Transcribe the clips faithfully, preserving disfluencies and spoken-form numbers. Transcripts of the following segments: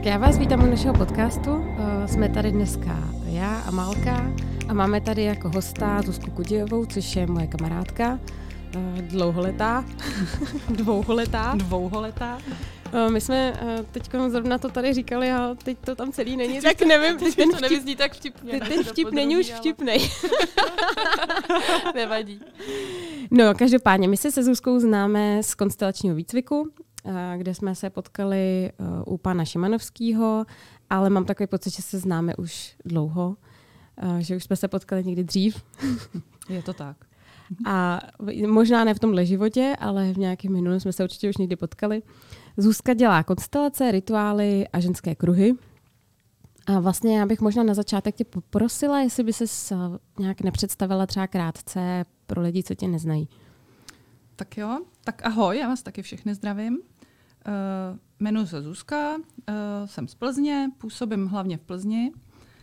Já vás vítám u našeho podcastu. Uh, jsme tady dneska já a Malka a máme tady jako hosta Zuzku Kudějovou, což je moje kamarádka, uh, dlouholetá, dvouholetá. Dvouholetá. Uh, my jsme uh, teď zrovna to tady říkali a teď to tam celý není, tak nevím. Teď ten to vtip, nevyzní tak vtipně. Ten, ten vtip není už vtipnej. Nevadí. No, každopádně, my se se Zuzkou známe z konstelačního výcviku, kde jsme se potkali u pana Šimanovského, ale mám takový pocit, že se známe už dlouho, že už jsme se potkali někdy dřív. Je to tak. A možná ne v tomhle životě, ale v nějakém minulém jsme se určitě už někdy potkali. Zuzka dělá konstelace, rituály a ženské kruhy. A vlastně já bych možná na začátek tě poprosila, jestli by ses nějak nepředstavila třeba krátce pro lidi, co tě neznají. Tak jo, tak ahoj, já vás taky všechny zdravím. Uh, jmenuji se Zuzka, uh, jsem z Plzně, působím hlavně v Plzni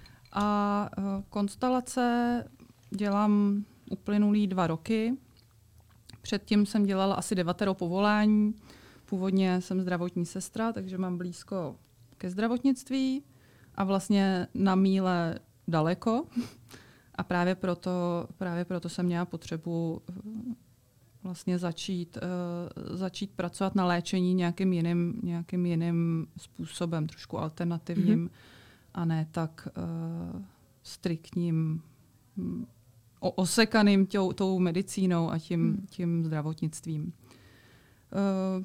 a uh, konstelace dělám uplynulý dva roky. Předtím jsem dělala asi devatero povolání. Původně jsem zdravotní sestra, takže mám blízko ke zdravotnictví a vlastně na míle daleko. A právě proto, právě proto jsem měla potřebu vlastně začít, uh, začít pracovat na léčení nějakým jiným, nějakým jiným způsobem, trošku alternativním mm-hmm. a ne tak uh, striktním, um, osekaným tou, tou medicínou a tím, mm. tím zdravotnictvím. Uh,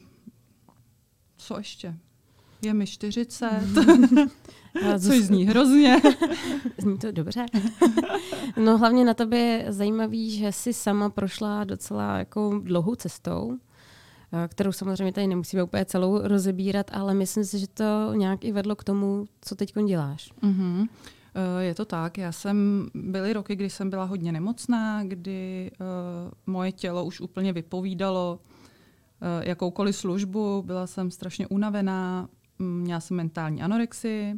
co ještě? Je mi čtyřicet, což zní hrozně. Zní to dobře. No hlavně na tobě je zajímavý, že jsi sama prošla docela jako dlouhou cestou, kterou samozřejmě tady nemusíme úplně celou rozebírat, ale myslím si, že to nějak i vedlo k tomu, co teď děláš. Mm-hmm. Je to tak. Já jsem, byly roky, kdy jsem byla hodně nemocná, kdy uh, moje tělo už úplně vypovídalo uh, jakoukoliv službu, byla jsem strašně unavená, měla jsem mentální anorexii,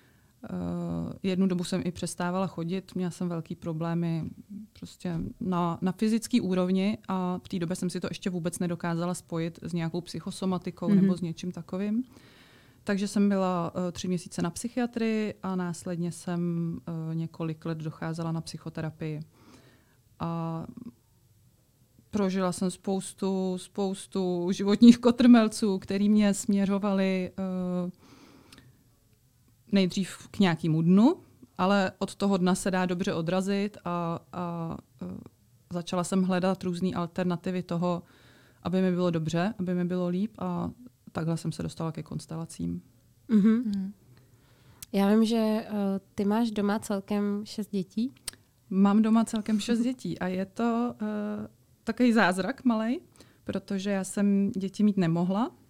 uh, jednu dobu jsem i přestávala chodit, měla jsem velký problémy prostě na, na fyzické úrovni a v té době jsem si to ještě vůbec nedokázala spojit s nějakou psychosomatikou mm-hmm. nebo s něčím takovým. Takže jsem byla uh, tři měsíce na psychiatrii a následně jsem uh, několik let docházela na psychoterapii. A prožila jsem spoustu, spoustu životních kotrmelců, který mě směřovali uh, nejdřív k nějakému dnu, ale od toho dna se dá dobře odrazit a, a uh, začala jsem hledat různé alternativy toho, aby mi bylo dobře, aby mi bylo líp a takhle jsem se dostala ke konstelacím. Mm-hmm. Mm. Já vím, že uh, ty máš doma celkem šest dětí. Mám doma celkem šest dětí a je to uh, takový zázrak malej, protože já jsem děti mít nemohla. Uh,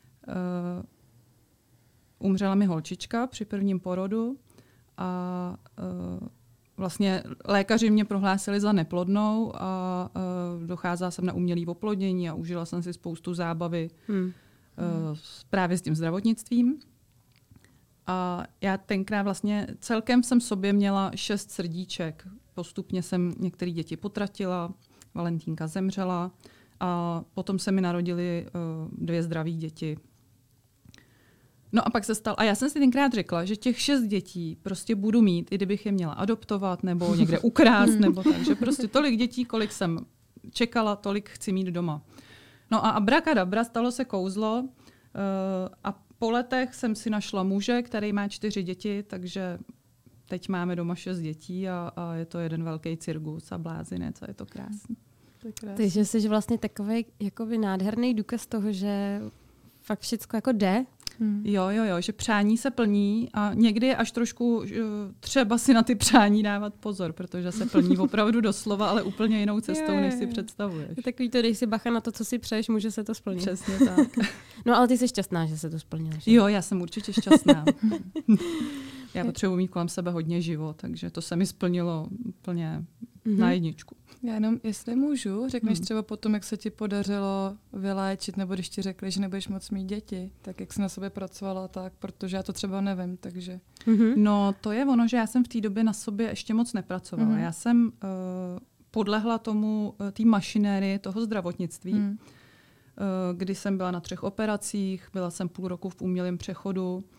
umřela mi holčička při prvním porodu a uh, vlastně lékaři mě prohlásili za neplodnou a uh, docházela jsem na umělé oplodnění a užila jsem si spoustu zábavy hmm. uh, právě s tím zdravotnictvím. A já tenkrát vlastně celkem jsem sobě měla šest srdíček. Postupně jsem některé děti potratila, Valentínka zemřela a potom se mi narodily uh, dvě zdravé děti. No a pak se stal, a já jsem si tenkrát řekla, že těch šest dětí prostě budu mít, i kdybych je měla adoptovat nebo někde ukrást, nebo tak, že prostě tolik dětí, kolik jsem čekala, tolik chci mít doma. No a abrakadabra, stalo se kouzlo uh, a po letech jsem si našla muže, který má čtyři děti, takže teď máme doma šest dětí a, a je to jeden velký cirkus a blázinec a je to krásný. To je krásný. Takže jsi vlastně takový jakoby nádherný důkaz toho, že fakt všecko jako jde. Hmm. Jo, jo, jo, že přání se plní a někdy je až trošku třeba si na ty přání dávat pozor, protože se plní opravdu doslova, ale úplně jinou cestou, je, než si představuješ. Je takový to, když si bacha na to, co si přeješ, může se to splnit. Přesně tak. No ale ty jsi šťastná, že se to splnilo. Že? Jo, já jsem určitě šťastná. Já potřebuji mít kolem sebe hodně život, takže to se mi splnilo úplně mm-hmm. na jedničku. Já jenom, jestli můžu, řekneš hmm. třeba potom, jak se ti podařilo vyléčit, nebo když ti řekli, že nebudeš moc mít děti, tak jak jsi na sobě pracovala, tak, protože já to třeba nevím, takže... Mm-hmm. No to je ono, že já jsem v té době na sobě ještě moc nepracovala. Mm-hmm. Já jsem uh, podlehla tomu, uh, té mašinérii toho zdravotnictví, mm. uh, kdy jsem byla na třech operacích, byla jsem půl roku v umělém přechodu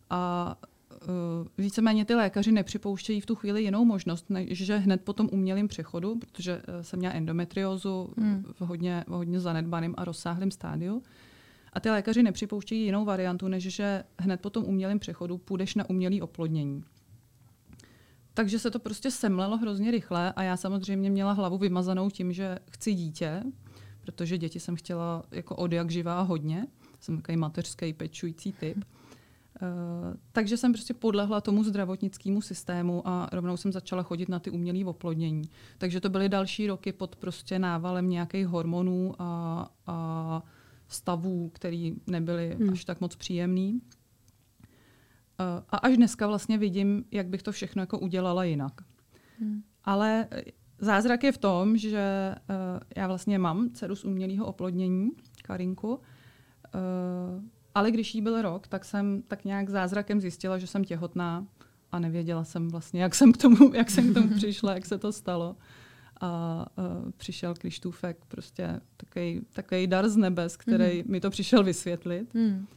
A uh, víceméně ty lékaři nepřipouštějí v tu chvíli jinou možnost, než že hned po tom umělém přechodu, protože uh, jsem měla endometriózu hmm. v hodně, v hodně zanedbaném a rozsáhlém stádiu. A ty lékaři nepřipouštějí jinou variantu, než že hned po tom umělém přechodu půjdeš na umělé oplodnění. Takže se to prostě semlelo hrozně rychle a já samozřejmě měla hlavu vymazanou tím, že chci dítě, protože děti jsem chtěla jako od jak živá hodně. Jsem takový mateřský pečující typ. Uh, takže jsem prostě podlehla tomu zdravotnickému systému a rovnou jsem začala chodit na ty umělé oplodnění. Takže to byly další roky pod prostě návalem nějakých hormonů a, a stavů, které nebyly hmm. až tak moc příjemný. A až dneska vlastně vidím, jak bych to všechno jako udělala jinak. Hmm. Ale zázrak je v tom, že uh, já vlastně mám dceru z umělého oplodnění, Karinku, uh, ale když jí byl rok, tak jsem tak nějak zázrakem zjistila, že jsem těhotná a nevěděla jsem vlastně, jak jsem k tomu, jak jsem k tomu přišla, jak se to stalo. A uh, přišel Krištůfek, prostě takový dar z nebes, který hmm. mi to přišel vysvětlit. Hmm.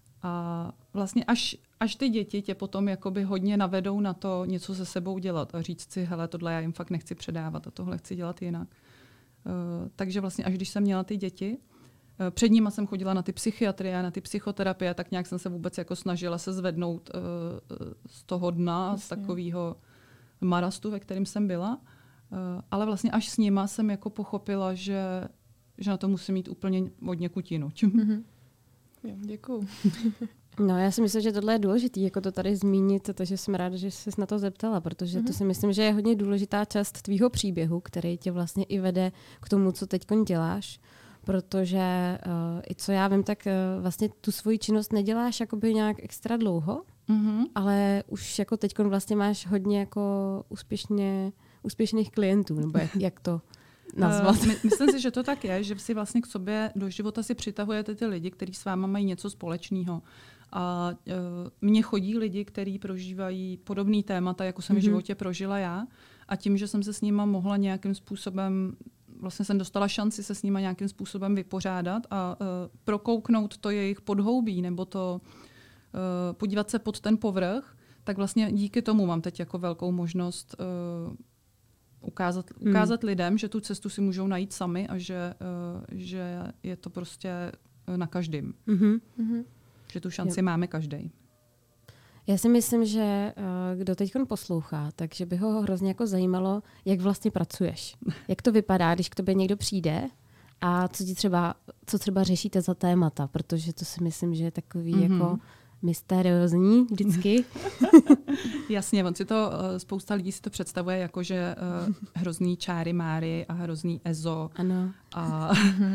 A vlastně až, až ty děti tě potom jakoby hodně navedou na to něco se sebou dělat a říct si, hele, tohle já jim fakt nechci předávat a tohle chci dělat jinak. Uh, takže vlastně až když jsem měla ty děti, uh, před nima jsem chodila na ty psychiatrie, na ty psychoterapie, tak nějak jsem se vůbec jako snažila se zvednout uh, z toho dna, Jasně. z takového marastu, ve kterém jsem byla. Uh, ale vlastně až s nima jsem jako pochopila, že, že na to musím mít úplně od někud jinuť. Mm-hmm. Děkuju. No, já si myslím, že tohle je důležité, jako to tady zmínit, takže jsem ráda, že jsi na to zeptala, protože mm-hmm. to si myslím, že je hodně důležitá část tvýho příběhu, který tě vlastně i vede k tomu, co teď děláš, protože uh, i co já vím, tak uh, vlastně tu svoji činnost neděláš jakoby nějak extra dlouho, mm-hmm. ale už jako teď vlastně máš hodně jako úspěšně, úspěšných klientů, nebo jak, jak to nazvat. Uh, my, myslím si, že to tak je, že si vlastně k sobě do života si přitahujete ty lidi, kteří s váma mají něco společného. A uh, mně chodí lidi, kteří prožívají podobný témata, jako jsem mm-hmm. v životě prožila já. A tím, že jsem se s nima mohla nějakým způsobem, vlastně jsem dostala šanci se s nima nějakým způsobem vypořádat a uh, prokouknout to jejich podhoubí, nebo to uh, podívat se pod ten povrch, tak vlastně díky tomu mám teď jako velkou možnost uh, ukázat, ukázat hmm. lidem, že tu cestu si můžou najít sami a že, uh, že je to prostě na každém. Mm-hmm. Že tu šanci jo. máme každý. Já si myslím, že uh, kdo teď poslouchá, takže by ho hrozně jako zajímalo, jak vlastně pracuješ. Jak to vypadá, když k tobě někdo přijde a co ti třeba, co třeba řešíte za témata, protože to si myslím, že je takový mm-hmm. jako mysteriózní vždycky. Jasně, on si to, spousta lidí si to představuje jako, že uh, hrozný čáry máry a hrozný ezo. Ano. A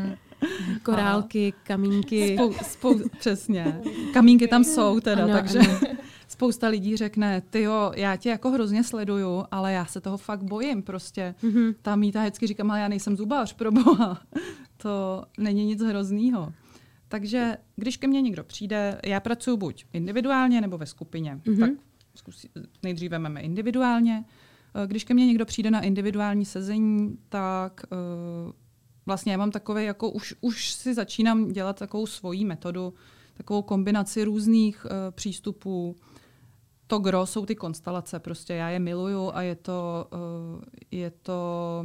korálky, a kamínky. Spou, spou, přesně. Kamínky tam jsou teda, ano, takže ano. spousta lidí řekne, tyjo, já tě jako hrozně sleduju, ale já se toho fakt bojím prostě. Mm-hmm. Ta Míta vždycky říkám, ale já nejsem zubář, pro boha. To není nic hroznýho. Takže když ke mně někdo přijde, já pracuji buď individuálně nebo ve skupině. Mm-hmm. Tak zkusí, nejdříve máme individuálně. Když ke mně někdo přijde na individuální sezení, tak uh, vlastně já mám takové, jako už, už si začínám dělat takovou svoji metodu, takovou kombinaci různých uh, přístupů. To gro jsou ty konstelace, prostě já je miluju a je to, uh, je to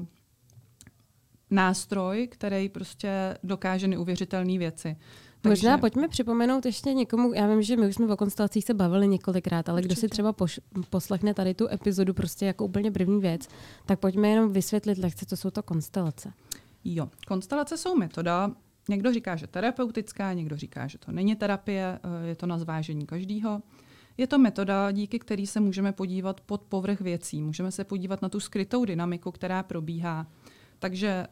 nástroj, který prostě dokáže neuvěřitelné věci. Takže... Možná pojďme připomenout ještě někomu, já vím, že my už jsme o konstelacích se bavili několikrát, ale Určitě. Kdo si třeba poš- poslechne tady tu epizodu prostě jako úplně první věc, tak pojďme jenom vysvětlit lehce, co jsou to konstelace. Jo, konstelace jsou metoda, někdo říká, že terapeutická, někdo říká, že to není terapie, je to na zvážení každýho. Je to metoda, díky který se můžeme podívat pod povrch věcí, můžeme se podívat na tu skrytou dynamiku, která probíhá. Takže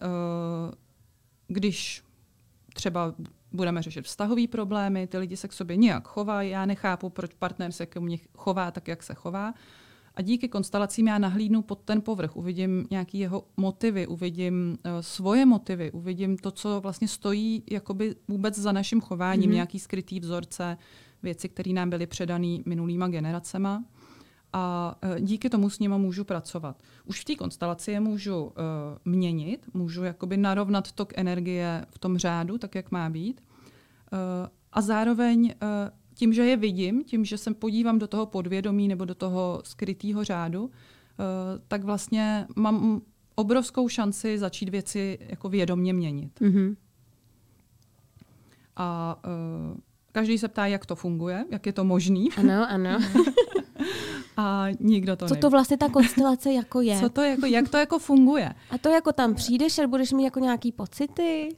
když třeba budeme řešit vztahové problémy, ty lidi se k sobě nějak chovají, já nechápu, proč partner se ke mně chová tak, jak se chová. A díky konstelacím já nahlídnu pod ten povrch, uvidím nějaký jeho motivy, uvidím uh, svoje motivy, uvidím to, co vlastně stojí jakoby vůbec za naším chováním, mm-hmm. nějaký skrytý vzorce, věci, které nám byly předané minulýma generacema. A uh, díky tomu s nima můžu pracovat. Už v té konstelaci je můžu uh, měnit, můžu jakoby narovnat tok energie v tom řádu, tak jak má být. Uh, a zároveň uh, tím, že je vidím, tím, že se podívám do toho podvědomí nebo do toho skrytého řádu, uh, tak vlastně mám obrovskou šanci začít věci jako vědomně měnit. Mm-hmm. A uh, každý se ptá, jak to funguje, jak je to možný. Ano, ano. A nikdo to Co neví. to vlastně ta konstelace jako je? Co to jako, jak to jako funguje? A to jako tam přijdeš a budeš mít jako nějaký pocity?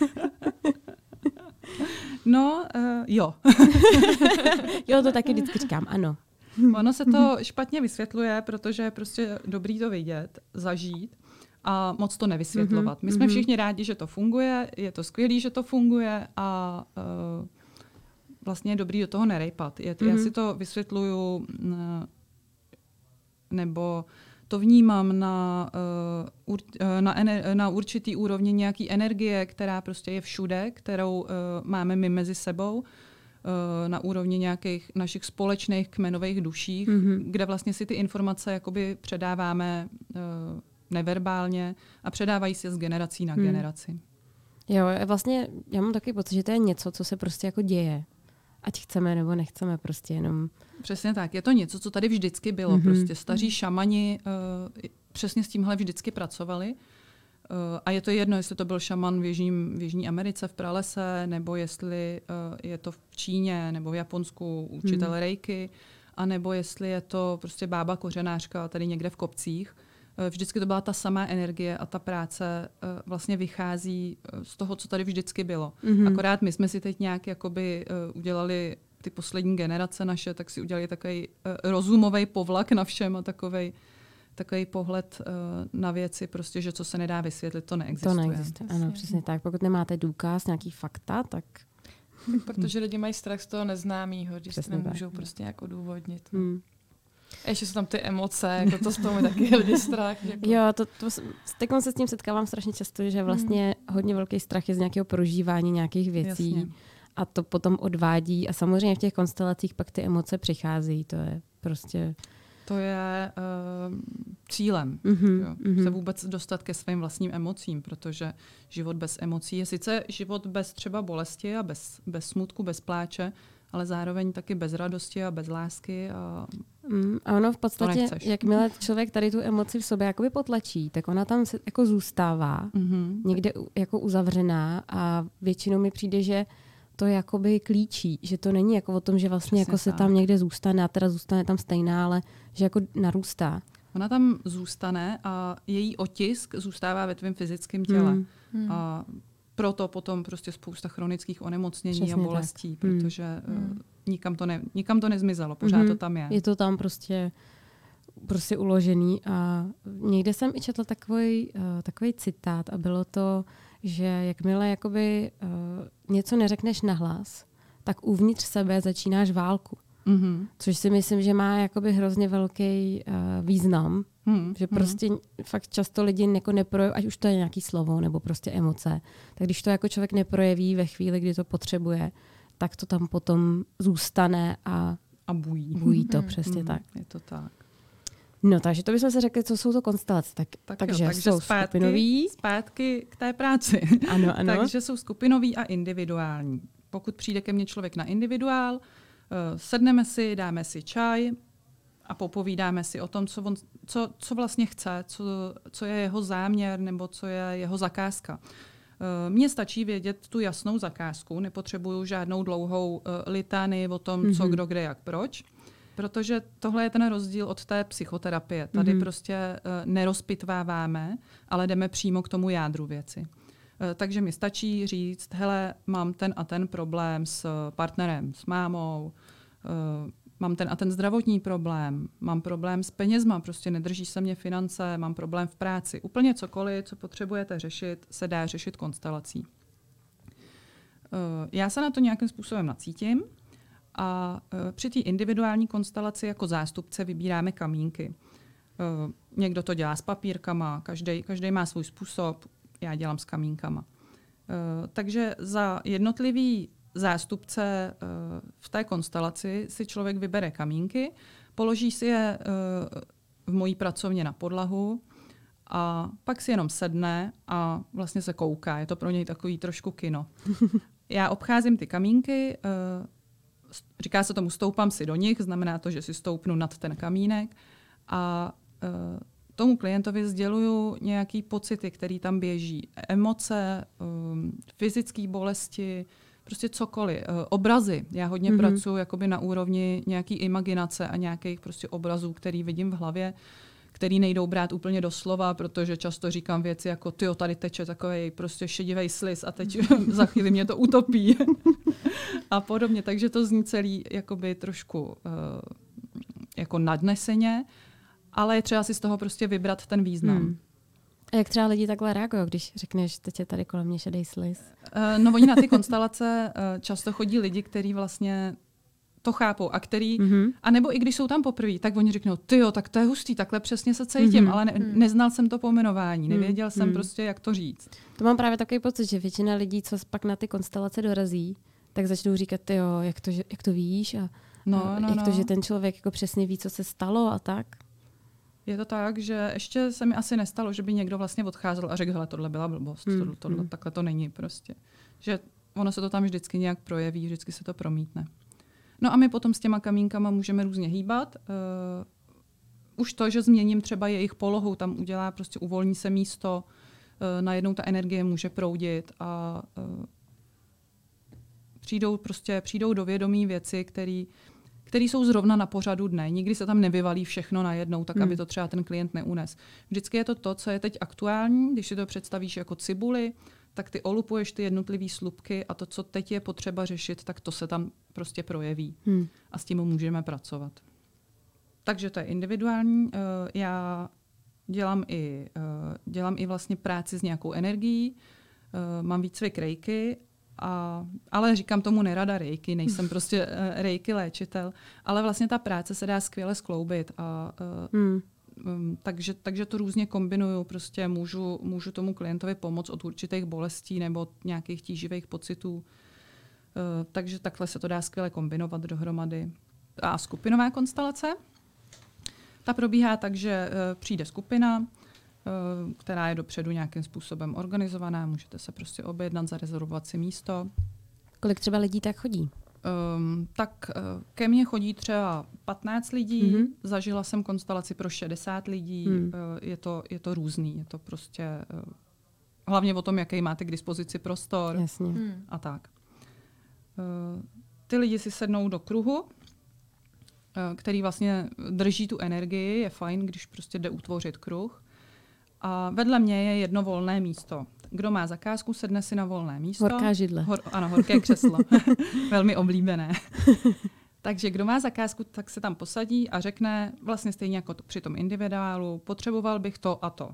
No, uh, jo. Jo, to taky vždycky říkám, ano. Ono se to špatně vysvětluje, protože je prostě dobrý to vidět, zažít a moc to nevysvětlovat. My jsme všichni rádi, že to funguje, je to skvělý, že to funguje a uh, vlastně je dobrý do toho nerejpat. Je, já si to vysvětluju uh, nebo to vnímám na, uh, na, ener- na určitý úrovni nějaký energie, která prostě je všude, kterou uh, máme my mezi sebou, uh, na úrovni nějakých našich společných kmenových duších, mm-hmm. kde vlastně si ty informace jakoby předáváme uh, neverbálně a předávají se z generací na mm. generaci. Jo, vlastně já mám taky pocit, že to je něco, co se prostě jako děje. Ať chceme nebo nechceme, prostě jenom... Přesně tak. Je to něco, co tady vždycky bylo. Mm-hmm. Prostě staří šamani uh, přesně s tímhle vždycky pracovali. Uh, a je to jedno, jestli to byl šaman v, Jižním, v Jižní Americe, v pralese, nebo jestli uh, je to v Číně, nebo v Japonsku učitel mm. reiki, anebo jestli je to prostě bába kořenářka tady někde v kopcích. Uh, vždycky to byla ta samá energie a ta práce uh, vlastně vychází uh, z toho, co tady vždycky bylo. Mm-hmm. Akorát my jsme si teď nějak jakoby uh, udělali ty poslední generace naše, tak si udělali takový uh, rozumový povlak na všem a takovej takový pohled uh, na věci, prostě, že co se nedá vysvětlit, to neexistuje. To neexistuje, ano, přesně tak. Pokud nemáte důkaz, nějaký fakta, tak... tak protože lidi mají strach z toho neznámého, když se nemůžou tak. prostě nějak odůvodnit. Hmm. A ještě jsou tam ty emoce, jako to z toho mi taky lidi strach. Jako. Jo, to, to, teď se s tím setkávám strašně často, že vlastně hmm. hodně velký strach je z nějakého prožívání nějakých věcí. Jasně. A to potom odvádí. A samozřejmě v těch konstelacích pak ty emoce přichází. To je prostě... To je uh, cílem. Mm-hmm, jo. mm-hmm. Se vůbec dostat ke svým vlastním emocím, protože život bez emocí je sice život bez třeba bolesti a bez, bez smutku, bez pláče, ale zároveň taky bez radosti a bez lásky. A, mm, a ono v podstatě, jakmile člověk tady tu emoci v sobě jakoby potlačí, tak ona tam se, jako zůstává, mm-hmm. někde jako uzavřená a většinou mi přijde, že to jakoby klíčí, že to není jako o tom, že vlastně jako se tam někde zůstane a teda zůstane tam stejná, ale že jako narůstá. Ona tam zůstane a její otisk zůstává ve tvém fyzickém těle. Hmm. Hmm. A proto potom prostě spousta chronických onemocnění Přesně a bolestí, tak. protože hmm. uh, nikam, to ne, nikam to nezmizelo, pořád hmm. to tam je. Je to tam prostě, prostě uložený a někde jsem i četla takový, uh, takový citát a bylo to, že jakmile jakoby, uh, něco neřekneš nahlas, tak uvnitř sebe začínáš válku. Mm-hmm. Což si myslím, že má jakoby hrozně velký uh, význam. Mm-hmm. Že prostě mm-hmm. fakt často lidi jako neprojeví, ať už to je nějaký slovo nebo prostě emoce, tak když to jako člověk neprojeví ve chvíli, kdy to potřebuje, tak to tam potom zůstane a, a bují. bují to, mm-hmm. přesně mm-hmm. tak. Je to tak. No, takže to bychom se řekli, co jsou to konstelace. Tak, tak takže, jo, takže jsou zpátky, skupinový. Zpátky k té práci. Ano, ano. Takže jsou skupinový a individuální. Pokud přijde ke mně člověk na individuál, uh, sedneme si, dáme si čaj a popovídáme si o tom, co, on, co, co vlastně chce, co, co je jeho záměr nebo co je jeho zakázka. Uh, Mně stačí vědět tu jasnou zakázku, nepotřebuju žádnou dlouhou uh, litánii o tom, mm-hmm. co, kdo, kde, jak, proč. Protože tohle je ten rozdíl od té psychoterapie. Tady mm-hmm. prostě uh, nerozpitváváme, ale jdeme přímo k tomu jádru věci. Uh, takže mi stačí říct, hele, mám ten a ten problém s partnerem, s mámou, uh, mám ten a ten zdravotní problém, mám problém s penězma, prostě nedrží se mě finance, mám problém v práci. Úplně cokoliv, co potřebujete řešit, se dá řešit konstelací. Uh, já se na to nějakým způsobem nacítím. A uh, při té individuální konstelaci jako zástupce vybíráme kamínky. Uh, někdo to dělá s papírkama, každý má svůj způsob, já dělám s kamínkama. Uh, takže za jednotlivý zástupce uh, v té konstelaci si člověk vybere kamínky, položí si je uh, v mojí pracovně na podlahu a pak si jenom sedne a vlastně se kouká. Je to pro něj takový trošku kino. Já obcházím ty kamínky, uh, říká se tomu stoupám si do nich, znamená to, že si stoupnu nad ten kamínek a uh, tomu klientovi sděluju nějaký pocity, který tam běží. Emoce, um, fyzické bolesti, prostě cokoliv. Uh, obrazy. Já hodně mm-hmm. pracuji jakoby na úrovni nějaký imaginace a nějakých prostě obrazů, který vidím v hlavě, který nejdou brát úplně doslova, protože často říkám věci jako tyjo, tady teče takovej prostě šedivej sliz a teď za chvíli mě to utopí. A podobně. Takže to zní celý jakoby trošku uh, jako nadneseně, ale je třeba si z toho prostě vybrat ten význam. Hmm. A jak třeba lidi takhle reagují, když řekneš, teď je tady kolem mě šedej sliz? Uh, no oni na ty konstelace uh, často chodí lidi, kteří vlastně to chápou a který, mm-hmm. a nebo i když jsou tam poprvé, tak oni řeknou, tyjo, tak to je hustý, takhle přesně se cítím, mm-hmm. ale ne, neznal jsem to pojmenování, nevěděl mm-hmm. jsem prostě, jak to říct. To mám právě takový pocit, že většina lidí, co pak na ty konstelace dorazí, tak začnou říkat, tyjo, jak to, jak to víš a, no, a no, jak no. to, že ten člověk jako přesně ví, co se stalo a tak. Je to tak, že ještě se mi asi nestalo, že by někdo vlastně odcházel a řekl, hele, tohle byla blbost, mm, tohle, tohle, mm. takhle to není prostě. Že ono se to tam vždycky nějak projeví, vždycky se to promítne. No a my potom s těma kamínkama můžeme různě hýbat. Uh, už to, že změním třeba jejich polohu, tam udělá, prostě uvolní se místo, uh, najednou ta energie může proudit a uh, přijdou, prostě, přijdou do vědomí věci, které které jsou zrovna na pořadu dne. Nikdy se tam nevyvalí všechno najednou, tak hmm. aby to třeba ten klient neunes. Vždycky je to to, co je teď aktuální, když si to představíš jako cibuli, tak ty olupuješ ty jednotlivé slupky a to, co teď je potřeba řešit, tak to se tam prostě projeví. Hmm. A s tím můžeme pracovat. Takže to je individuální. Uh, já dělám i, uh, dělám i vlastně práci s nějakou energií, uh, mám výcvik rejky, a, ale říkám tomu nerada rejky, nejsem prostě uh, rejky léčitel, ale vlastně ta práce se dá skvěle skloubit a uh, hmm. Um, takže, takže to různě kombinuju. Prostě můžu, můžu tomu klientovi pomoct od určitých bolestí nebo od nějakých tíživých pocitů. Uh, takže takhle se to dá skvěle kombinovat dohromady. A skupinová konstelace? Ta probíhá tak, že uh, přijde skupina, uh, která je dopředu nějakým způsobem organizovaná. Můžete se prostě objednat, zarezervovat si místo. Kolik třeba lidí tak chodí? Um, tak uh, ke mně chodí třeba patnáct lidí, mm-hmm. zažila jsem konstelaci pro šedesát lidí, mm. uh, je, to, je to různý, je to prostě uh, hlavně o tom, jaký máte k dispozici prostor. Jasně. Mm. A tak. Uh, ty lidi si sednou do kruhu, uh, který vlastně drží tu energii, je fajn, když prostě jde utvořit kruh. A vedle mě je jedno volné místo. Kdo má zakázku, sedne si na volné místo. Horká židle. Hor, ano, horké křeslo. Velmi oblíbené. Takže kdo má zakázku, tak se tam posadí a řekne vlastně stejně jako to, při tom individuálu, potřeboval bych to a to.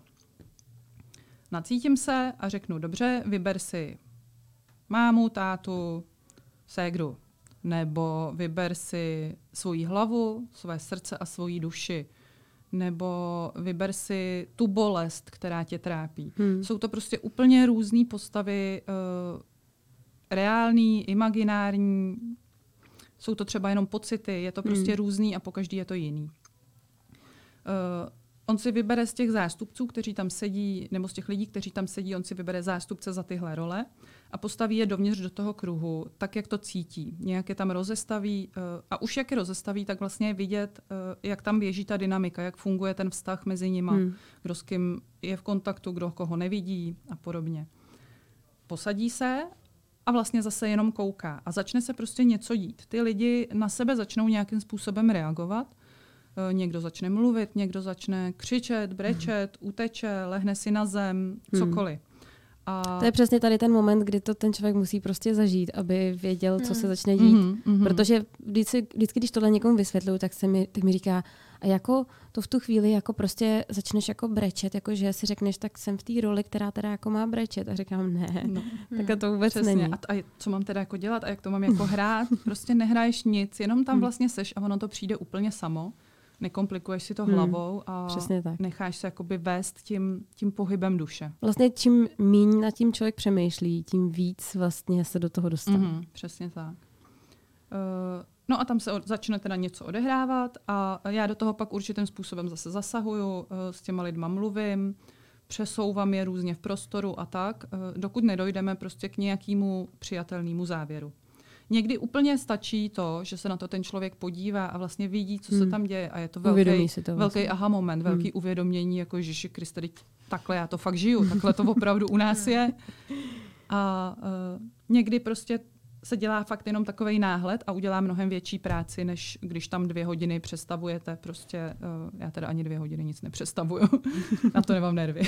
Nacítím se a řeknu, dobře, vyber si mámu, tátu, ségru. Nebo vyber si svoji hlavu, své srdce a svoji duši. Nebo vyber si tu bolest, která tě trápí. Hmm. Jsou to prostě úplně různé postavy, uh, reální, imaginární, jsou to třeba jenom pocity, je to prostě hmm. různý a pokaždý je to jiný. Uh, on si vybere z těch zástupců, kteří tam sedí, nebo z těch lidí, kteří tam sedí, on si vybere zástupce za tyhle role a postaví je dovnitř do toho kruhu, tak, jak to cítí. Nějak je tam rozestaví uh, a už jak je rozestaví, tak vlastně je vidět, uh, jak tam běží ta dynamika, jak funguje ten vztah mezi nima, hmm. kdo s kým je v kontaktu, kdo koho nevidí a podobně. Posadí se a vlastně zase jenom kouká a začne se prostě něco dít. Ty lidi na sebe začnou nějakým způsobem reagovat. Někdo začne mluvit, někdo začne křičet, brečet, hmm. uteče, lehne si na zem, cokoliv. A to je přesně tady ten moment, kdy to ten člověk musí prostě zažít, aby věděl, co se začne dít. Mm, mm, Protože vždycky, vždycky, když tohle někomu vysvětluju, tak, se mi, tak mi říká, a jako to v tu chvíli jako prostě začneš jako brečet, jako že si řekneš, tak jsem v té roli, která teda jako má brečet. A říkám, ne, no, takhle to vůbec přesně. není. A, a co mám teda jako dělat a jak to mám jako hrát? Prostě nehraješ nic, jenom tam vlastně seš a ono to přijde úplně samo. Nekomplikuješ si to hmm, hlavou a necháš se jakoby vést tím, tím pohybem duše. Vlastně čím míň nad tím člověk přemýšlí, tím víc vlastně se do toho dostane. Mm-hmm, přesně tak. Uh, no a tam se od, začne teda něco odehrávat a já do toho pak určitým způsobem zase zasahuju, uh, s těma lidma mluvím, přesouvám je různě v prostoru a tak, uh, dokud nedojdeme prostě k nějakému přijatelnému závěru. Někdy úplně stačí to, že se na to ten člověk podívá a vlastně vidí, co hmm. se tam děje a je to velký, to velký vlastně. aha moment, velký hmm. uvědomění, jako Ježiši Kriste, teď takhle já to fakt žiju, takhle to opravdu u nás je. A uh, někdy prostě se dělá fakt jenom takovej náhled a udělá mnohem větší práci, než když tam dvě hodiny přestavujete. Prostě, uh, já teda ani dvě hodiny nic nepřestavuju. Na to nemám nervy.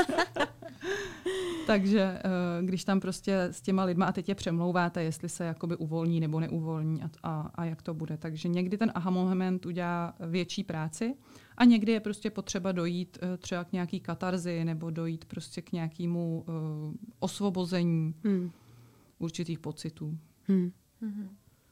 Takže uh, když tam prostě s těma lidma a teď je přemlouváte, jestli se jakoby uvolní nebo neuvolní a, a, a jak to bude. Takže někdy ten aha moment udělá větší práci a někdy je prostě potřeba dojít uh, třeba k nějaký katarzi nebo dojít prostě k nějakému uh, osvobození hmm. určitých pocitů. Hmm. Hmm.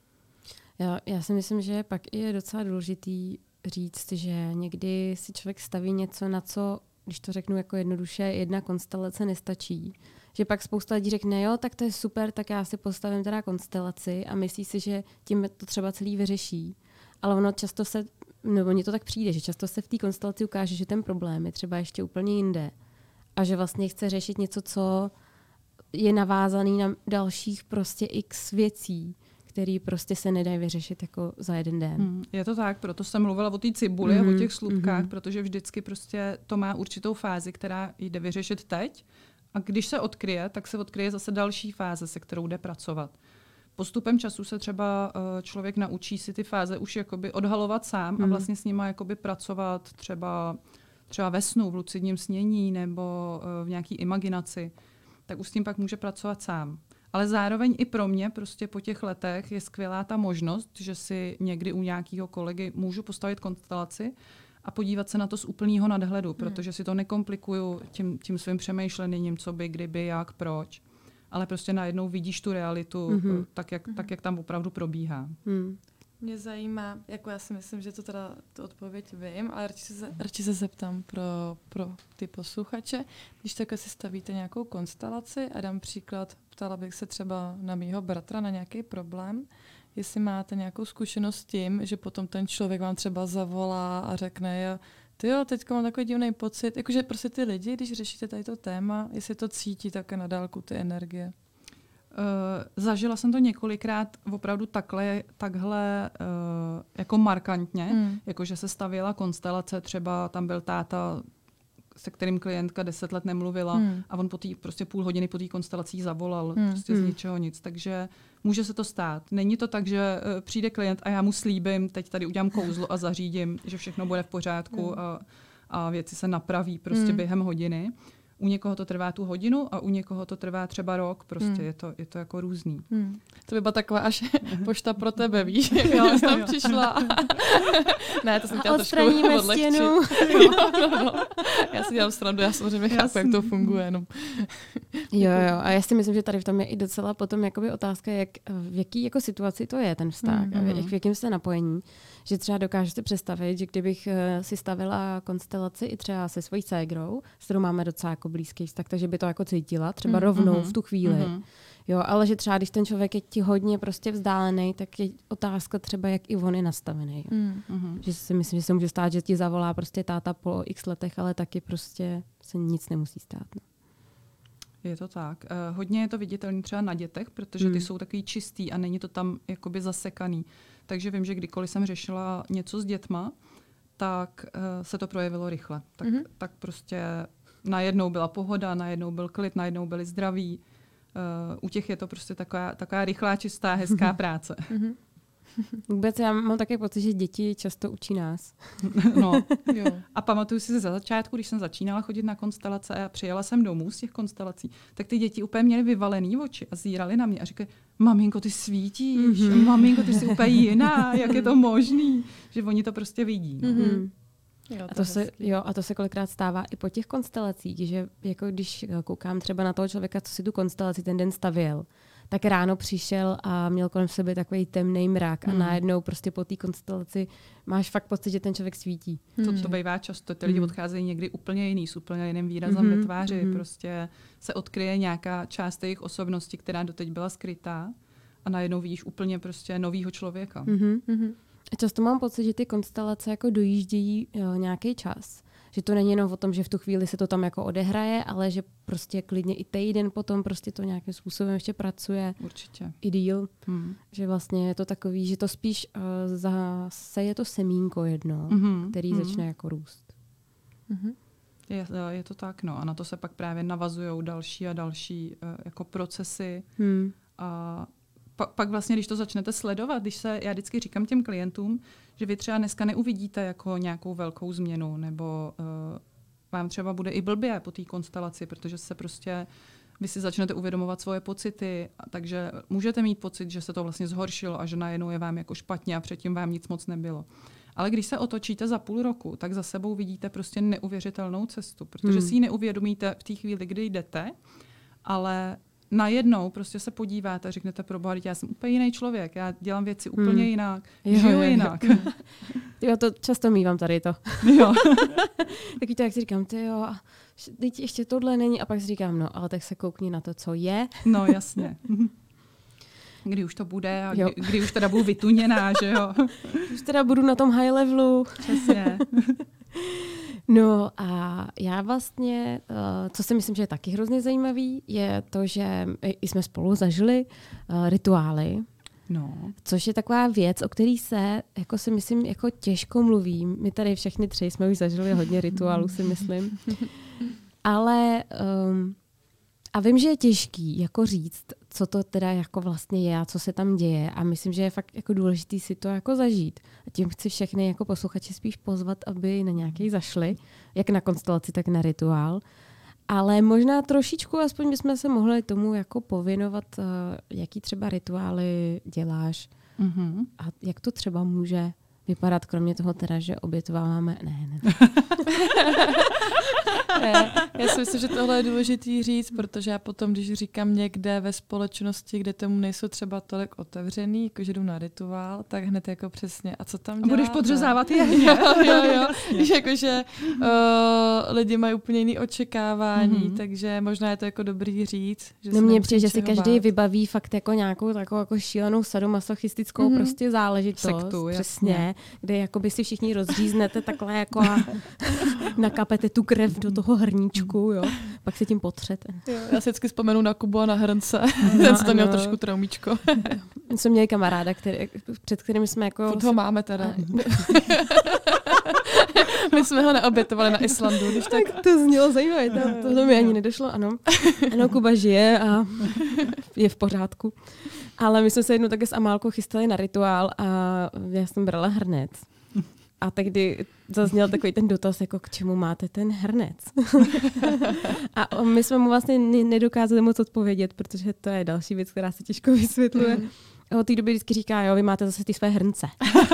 Já, já si myslím, že pak je docela důležitý říct, že někdy si člověk staví něco, na co, když to řeknu jako jednoduše, jedna konstelace nestačí. Že pak spousta lidí řekne, jo, tak to je super, tak já si postavím teda konstelaci a myslí si, že tím to třeba celý vyřeší. Ale ono často se, nebo mně to tak přijde, že často se v té konstelaci ukáže, že ten problém je třeba ještě úplně jinde. A že vlastně chce řešit něco, co je navázaný na dalších prostě x věcí, který prostě se nedají vyřešit jako za jeden den. Hmm, je to tak, proto jsem mluvila o té cibuli mm-hmm. a o těch slupkách, mm-hmm. protože vždycky prostě to má určitou fázi, která jde vyřešit teď a když se odkryje, tak se odkryje zase další fáze, se kterou jde pracovat. Postupem času se třeba uh, člověk naučí si ty fáze už jakoby odhalovat sám mm-hmm. a vlastně s nima jakoby pracovat třeba, třeba ve snu, v lucidním snění nebo uh, v nějaký imaginaci, tak už s tím pak může pracovat sám. Ale zároveň i pro mě prostě po těch letech je skvělá ta možnost, že si někdy u nějakého kolegy můžu postavit konstelaci a podívat se na to z úplného nadhledu, hmm. protože si to nekomplikuju tím, tím svým přemýšlením, co by, kdyby, jak, proč. Ale prostě najednou vidíš tu realitu hmm. tak, jak, hmm. tak, jak tam opravdu probíhá. Hmm. Mě zajímá, jako já si myslím, že to teda tu odpověď vím, ale radši se, radši se zeptám pro, pro ty posluchače. Když takhle si stavíte nějakou konstelaci a dám příklad, ptala bych se třeba na mýho bratra na nějaký problém, jestli máte nějakou zkušenost s tím, že potom ten člověk vám třeba zavolá a řekne, ty jo, teďka mám takový divný pocit, jakože prostě ty lidi, když řešíte tady to téma, jestli to cítí také na dálku ty energie. Uh, zažila jsem to několikrát opravdu takhle, takhle uh, jako markantně, hmm. jakože se stavěla konstelace, třeba tam byl táta, se kterým klientka deset let nemluvila hmm. a on po tý, prostě půl hodiny po té konstelací zavolal hmm. prostě hmm. z ničeho nic, takže může se to stát. Není to tak, že uh, přijde klient a já mu slíbím, teď tady udělám kouzlo a zařídím, že všechno bude v pořádku hmm. a, a věci se napraví prostě hmm. během hodiny. U někoho to trvá tu hodinu a u někoho to trvá třeba rok. Prostě hmm. je, to, je to jako různý. Hmm. To by byla taková až pošta pro tebe, víš? Jo, jsi tam přišla. Ne, to jsem chtěla trošku odlehčit. Jo, no, no. Já si dělám srandu, já samozřejmě chápu, jak to funguje. Jenom. Jo, jo. A já si myslím, že tady v tom je i docela potom jakoby otázka, jak, v jaký jako situaci to je ten vztah, hmm. a v, v jakém jste napojení. Že třeba dokážete představit, že kdybych si stavila konstelaci i třeba se svojí ségrou, s kterou máme docela jako blízký vztah, takže by to jako cítila, třeba rovnou mm-hmm. v tu chvíli. Mm-hmm. Jo, ale že třeba když ten člověk je ti hodně prostě vzdálený, tak je otázka třeba, jak i on je nastavený. Mm-hmm. Že si myslím, že se může stát, že ti zavolá prostě táta po x letech, ale taky prostě se nic nemusí stát. No. Je to tak. Uh, hodně je to viditelné třeba na dětech, protože ty mm. jsou takový čistý a není to tam jakoby zasekaný. Takže vím, že kdykoliv jsem řešila něco s dětma, tak uh, se to projevilo rychle. Tak, mm-hmm. tak prostě najednou byla pohoda, najednou byl klid, najednou byli zdraví. Uh, u těch je to prostě taková, taková rychlá, čistá, hezká práce. Mm-hmm. Vůbec já mám také pocit, že děti často učí nás. No, jo. A pamatuju si za začátku, když jsem začínala chodit na konstelace a přijela jsem domů z těch konstelací, tak ty děti úplně měly vyvalený oči a zírali na mě a říkali, maminko, ty svítíš, mm-hmm. maminko, ty jsi úplně jiná, jak je to možný, že oni to prostě vidí. No. Mm-hmm. Jo, to a, to se, jo, a to se kolikrát stává i po těch konstelacích, že jako když koukám třeba na toho člověka, co si tu konstelaci ten den stavěl, tak ráno přišel a měl kolem sebe takový temný mrak hmm. a najednou prostě po té konstelaci máš fakt pocit, že ten člověk svítí. Hmm. To, to bývá často. Ty lidi odcházejí někdy úplně jiný, s úplně jiným výrazem hmm. ve tváři. Hmm. Prostě se odkryje nějaká část jejich osobnosti, která doteď byla skrytá a najednou vidíš úplně prostě novýho člověka. Hmm. Hmm. A často mám pocit, že ty konstelace jako dojíždějí jo, nějaký čas. že to není jenom o tom, že v tu chvíli se to tam jako odehraje, ale že prostě klidně i týden potom prostě to nějakým způsobem ještě pracuje. Určitě. I díl. Hmm. Že vlastně je to takový, že to spíš uh, zase je to semínko jedno, Mm-hmm. který mm-hmm. začne jako růst. Mm-hmm. Je, je to tak, no. A na to se pak právě navazují další a další uh, jako procesy. Hmm. A pa, pak vlastně, když to začnete sledovat, když se, já vždycky říkám těm klientům, že vy třeba dneska neuvidíte jako nějakou velkou změnu, nebo uh, vám třeba bude i blbě po té konstelaci, protože se prostě, vy si začnete uvědomovat svoje pocity, a takže můžete mít pocit, že se to vlastně zhoršilo a že najednou je vám jako špatně a předtím vám nic moc nebylo. Ale když se otočíte za půl roku, tak za sebou vidíte prostě neuvěřitelnou cestu, protože Hmm. si ji neuvědomíte v té chvíli, kdy jdete, ale najednou prostě se podíváte a řeknete, proboha, já jsem úplně jiný člověk, já dělám věci úplně Hmm. jinak, Jo, žiju jo, jo. jinak. Jo, to často mívám tady to. Jo. Taky to, jak si říkám, ty jo, teď ještě tohle není a pak si říkám, no, ale tak se koukni na to, co je. No jasně. Kdy už to bude a Jo. kdy, kdy už teda budu vytuněná, že jo. Už teda budu na tom high levelu. Přesně. No a já vlastně, uh, co si myslím, že je taky hrozně zajímavý, je to, že i jsme spolu zažili uh, rituály, No. což je taková věc, o který se, jako si myslím, jako těžko mluví. My tady všechny tři jsme už zažili hodně rituálů, si myslím. Ale um, a vím, že je těžký jako říct, co to teda jako vlastně je a co se tam děje. A myslím, že je fakt jako důležitý si to jako zažít. A tím chci všechny jako posluchači spíš pozvat, aby na nějaký zašli, jak na konstelaci, tak na rituál. Ale možná trošičku, aspoň bychom se mohli tomu jako pověnovat, uh, jaký třeba rituály děláš Mm-hmm. a jak to třeba může vypadat, kromě toho teda, že obětováváme... Ne, ne. Ne, já si myslím, že tohle je důležitý říct, protože já potom, když říkám někde ve společnosti, kde tomu nejsou třeba tolik otevřený, jako že jdu na rituál, tak hned jako přesně. A co tam děláte? A budeš podřezávat jehně. Jo, jo, jo. Víš, jakože uh, lidi mají úplně jiný očekávání, Mhm. takže možná je to jako dobrý říct. Že No se mně nemusí přijde, že si ničeho každý bát. vybaví fakt jako nějakou takovou jako šílenou sadomasochistickou Mhm. prostě záležitost. Sektu, jasně. Přesně, kde jakoby si všichni rozříznete takhle jako a nakapete tu krev do toho hrníčku, jo. Pak se tím potřete. Jo, já si vždycky vzpomenu na Kubu a na hrnce. No, Ten se to měl ano. trošku traumíčko. My jsme měli kamaráda, který, před kterým jsme jako... Furt ho máme teda. My jsme ho neobětovali na Islandu, když tak. Tak to znělo zajímavé, to, tohle mi ani nedošlo, ano. Ano, Kuba žije a je v pořádku. Ale my jsme se jednou také s Amálkou chystali na rituál a já jsem brala hrnec. A tehdy zazněl takový ten dotaz, jako k čemu máte ten hrnec. A my jsme mu vlastně nedokázali moc odpovědět, protože to je další věc, která se těžko vysvětluje. A od té doby vždycky říká, jo, vy máte zase ty své hrnce.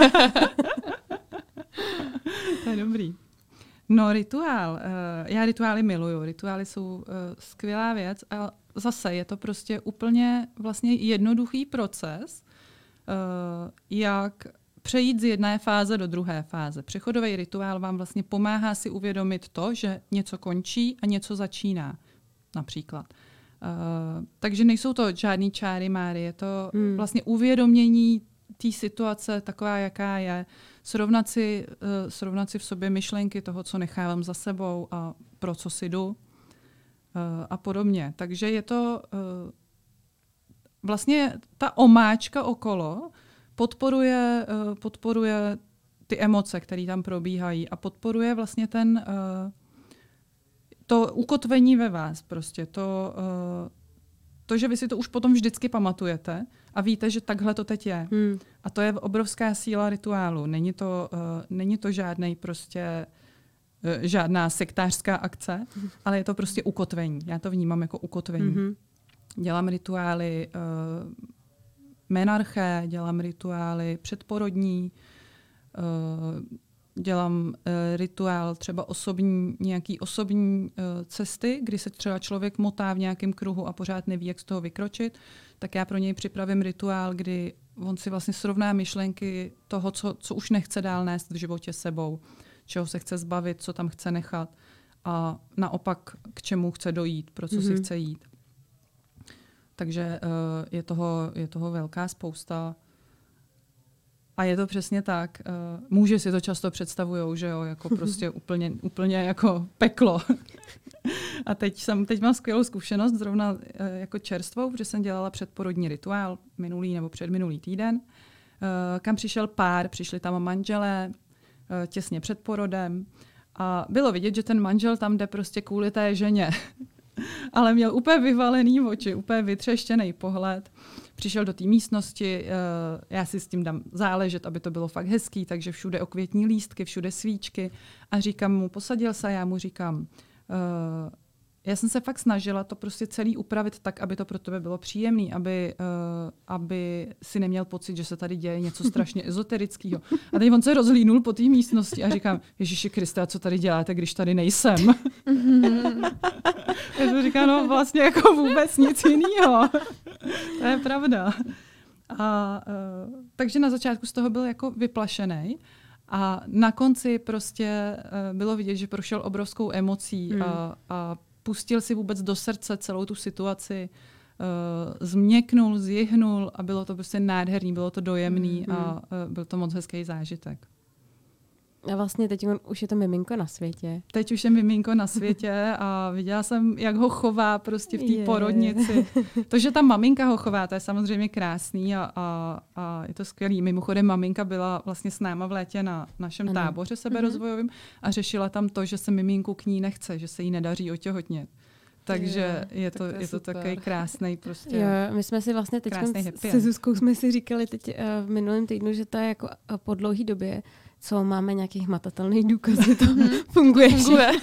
To je dobrý. No, rituál. Já rituály miluju. Rituály jsou skvělá věc a zase je to prostě úplně vlastně jednoduchý proces, jak přejít z jedné fáze do druhé fáze. Přechodový rituál vám vlastně pomáhá si uvědomit to, že něco končí a něco začíná. Například. Uh, takže nejsou to žádný čáry máry, je to hmm. vlastně uvědomění té situace taková, jaká je, srovnat si, uh, srovnat si v sobě myšlenky toho, co nechávám za sebou a pro co si jdu uh, a podobně. Takže je to uh, vlastně ta omáčka okolo podporuje, uh, podporuje ty emoce, které tam probíhají a podporuje vlastně ten uh, to ukotvení ve vás, prostě to, uh, to, že vy si to už potom vždycky pamatujete a víte, že takhle to teď je. Hmm. A to je obrovská síla rituálu. Není to, uh, není to žádnej prostě uh, žádná sektářská akce, hmm. ale je to prostě ukotvení. Já to vnímám jako ukotvení. Hmm. Dělám rituály uh, menarché, dělám rituály předporodní, uh, dělám uh, rituál třeba osobní, nějaký osobní uh, cesty, kdy se třeba člověk motá v nějakém kruhu a pořád neví, jak z toho vykročit, tak já pro něj připravím rituál, kdy on si vlastně srovná myšlenky toho, co, co už nechce dál nést v životě sebou, čeho se chce zbavit, co tam chce nechat a naopak k čemu chce dojít, pro co mm-hmm. si chce jít. Takže uh, je toho, je toho velká spousta. A je to přesně tak. Uh, muži si to často představujou, že jo, jako prostě úplně, úplně jako peklo. A teď, jsem, teď mám skvělou zkušenost, zrovna uh, jako čerstvou, protože jsem dělala předporodní rituál minulý nebo předminulý týden, uh, kam přišel pár, přišli tam manželé uh, těsně před porodem a bylo vidět, že ten manžel tam jde prostě kvůli té ženě. Ale měl úplně vyvalený oči, úplně vytřeštěný pohled. Přišel do té místnosti, já si s tím dám záležet, aby to bylo fakt hezký, takže všude okvětní lístky, všude svíčky. A říkám mu, posadil se, já mu říkám, já jsem se fakt snažila to prostě celý upravit tak, aby to pro tebe bylo příjemný, aby, uh, aby si neměl pocit, že se tady děje něco strašně ezoterického. A teď on se rozhlídnul po té místnosti a říkám, Ježíši Kriste, a co tady děláte, když tady nejsem? Já jsem říkám, no vlastně jako vůbec nic jiného. To je pravda. A, uh, takže na začátku z toho byl jako vyplašený. A na konci prostě uh, bylo vidět, že prošel obrovskou emocí hmm. a, a pustil si vůbec do srdce celou tu situaci, uh, změknul, zjihnul a bylo to prostě nádherný, bylo to dojemný hmm. a uh, byl to moc hezký zážitek. A vlastně teď už je to miminko na světě. Teď už je miminko na světě a viděla jsem, jak ho chová prostě v té yeah. porodnici. To, že ta maminka ho chová, to je samozřejmě krásný a, a, a je to skvělý. Mimochodem maminka byla vlastně s náma v létě na našem ano. táboře seberozvojovým a řešila tam to, že se miminku k ní nechce, že se jí nedaří otěhotnět. Takže je, je, to, tak to je, je to takový krásný prostě. Jo, my jsme si vlastně teď se Zuzkou jsme si říkali teď uh, v minulém týdnu, že to je jako uh, po dlouhý době, co máme nějaký hmatatelný důkaz, že to funguje. funguje.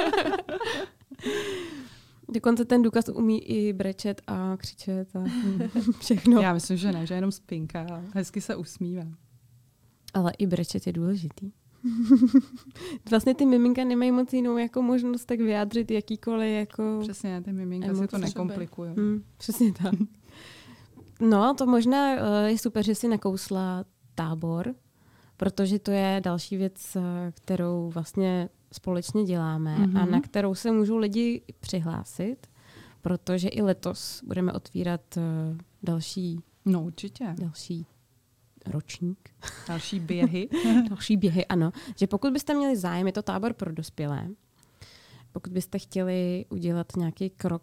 Dokonce ten důkaz umí i brečet a křičet a všechno. Já myslím, že ne, že jenom spinká a hezky se usmívá. Ale i brečet je důležitý. Vlastně ty miminka nemají moc jinou jako možnost tak vyjádřit jakýkoliv jako přesně, ty miminka emoce. Si to nekomplikují. Hmm, přesně tak. No, to možná uh, je super, že jsi nakousla tábor, protože to je další věc, kterou vlastně společně děláme mm-hmm. a na kterou se můžou lidi přihlásit, protože i letos budeme otvírat uh, další no určitě. Další ročník. Další běhy. Další běhy, ano. Že pokud byste měli zájem, je to tábor pro dospělé. Pokud byste chtěli udělat nějaký krok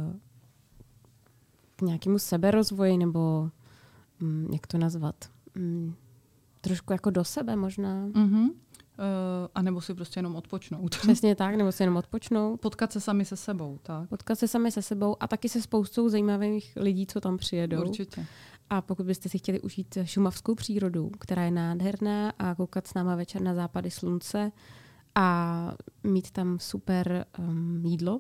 k nějakému seberozvoji, nebo hm, jak to nazvat? Hm, trošku jako do sebe možná. Mm-hmm. Uh, a nebo si prostě jenom odpočnout. Přesně tak, nebo si jenom odpočnout. Potkat se sami se sebou, tak. Potkat se sami se sebou a taky se spoustou zajímavých lidí, co tam přijedou. Určitě. A pokud byste si chtěli užít šumavskou přírodu, která je nádherná a koukat s náma večer na západy slunce a mít tam super um, jídlo.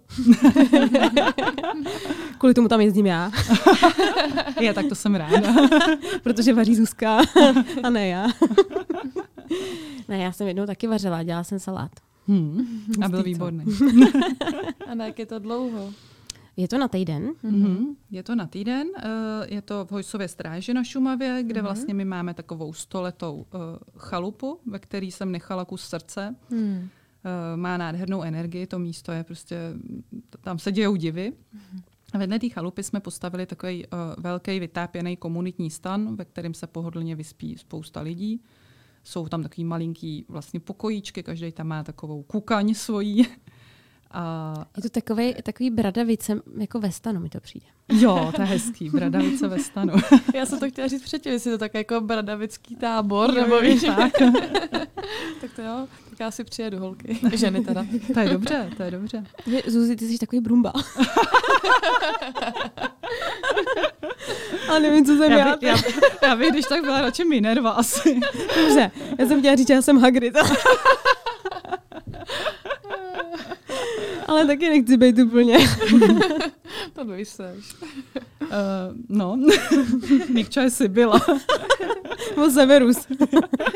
Kvůli tomu tam jezdím já. Já tak to jsem ráda. Protože vaří Zuzka a ne já. Ne, já jsem jednou taky vařila, dělala jsem salát. Hmm. A byl výborný. A na jak je to dlouho? Je to na týden. Mm-hmm. Je to na týden. Je to v Hojsově Stráži na Šumavě, kde mm-hmm. vlastně my máme takovou stoletou chalupu, ve které jsem nechala kus srdce. Mm. Má nádhernou energii, to místo je prostě, tam se dějou divy. Mm-hmm. A vedle té chalupy jsme postavili takový velký vytápěný komunitní stan, ve kterém se pohodlně vyspí spousta lidí. Jsou tam takový malinký vlastně pokojíčky, každý tam má takovou kukaň svojí. A je to takový, takový bradavice, jako ve stanu mi to přijde. Jo, to je hezký, bradavice ve stanu. Já jsem to chtěla říct předtím, jestli to tak jako bradavický tábor, jo, nebo víš. Tak. Tak to jo, tak já si přijedu holky. Ženy teda. To je dobře, to je dobře. Zuzi, ty jsi takový brumbal. Ale nevím, co jsem já. Já, já, já bych, když tak byla radši Minerva asi. Dobře, já jsem chtěla říct, že já jsem Hagrid. Ale taky nechci být úplně. To nejseš. Uh, no, Nikča je Sibylla. Nebo Severus. uh,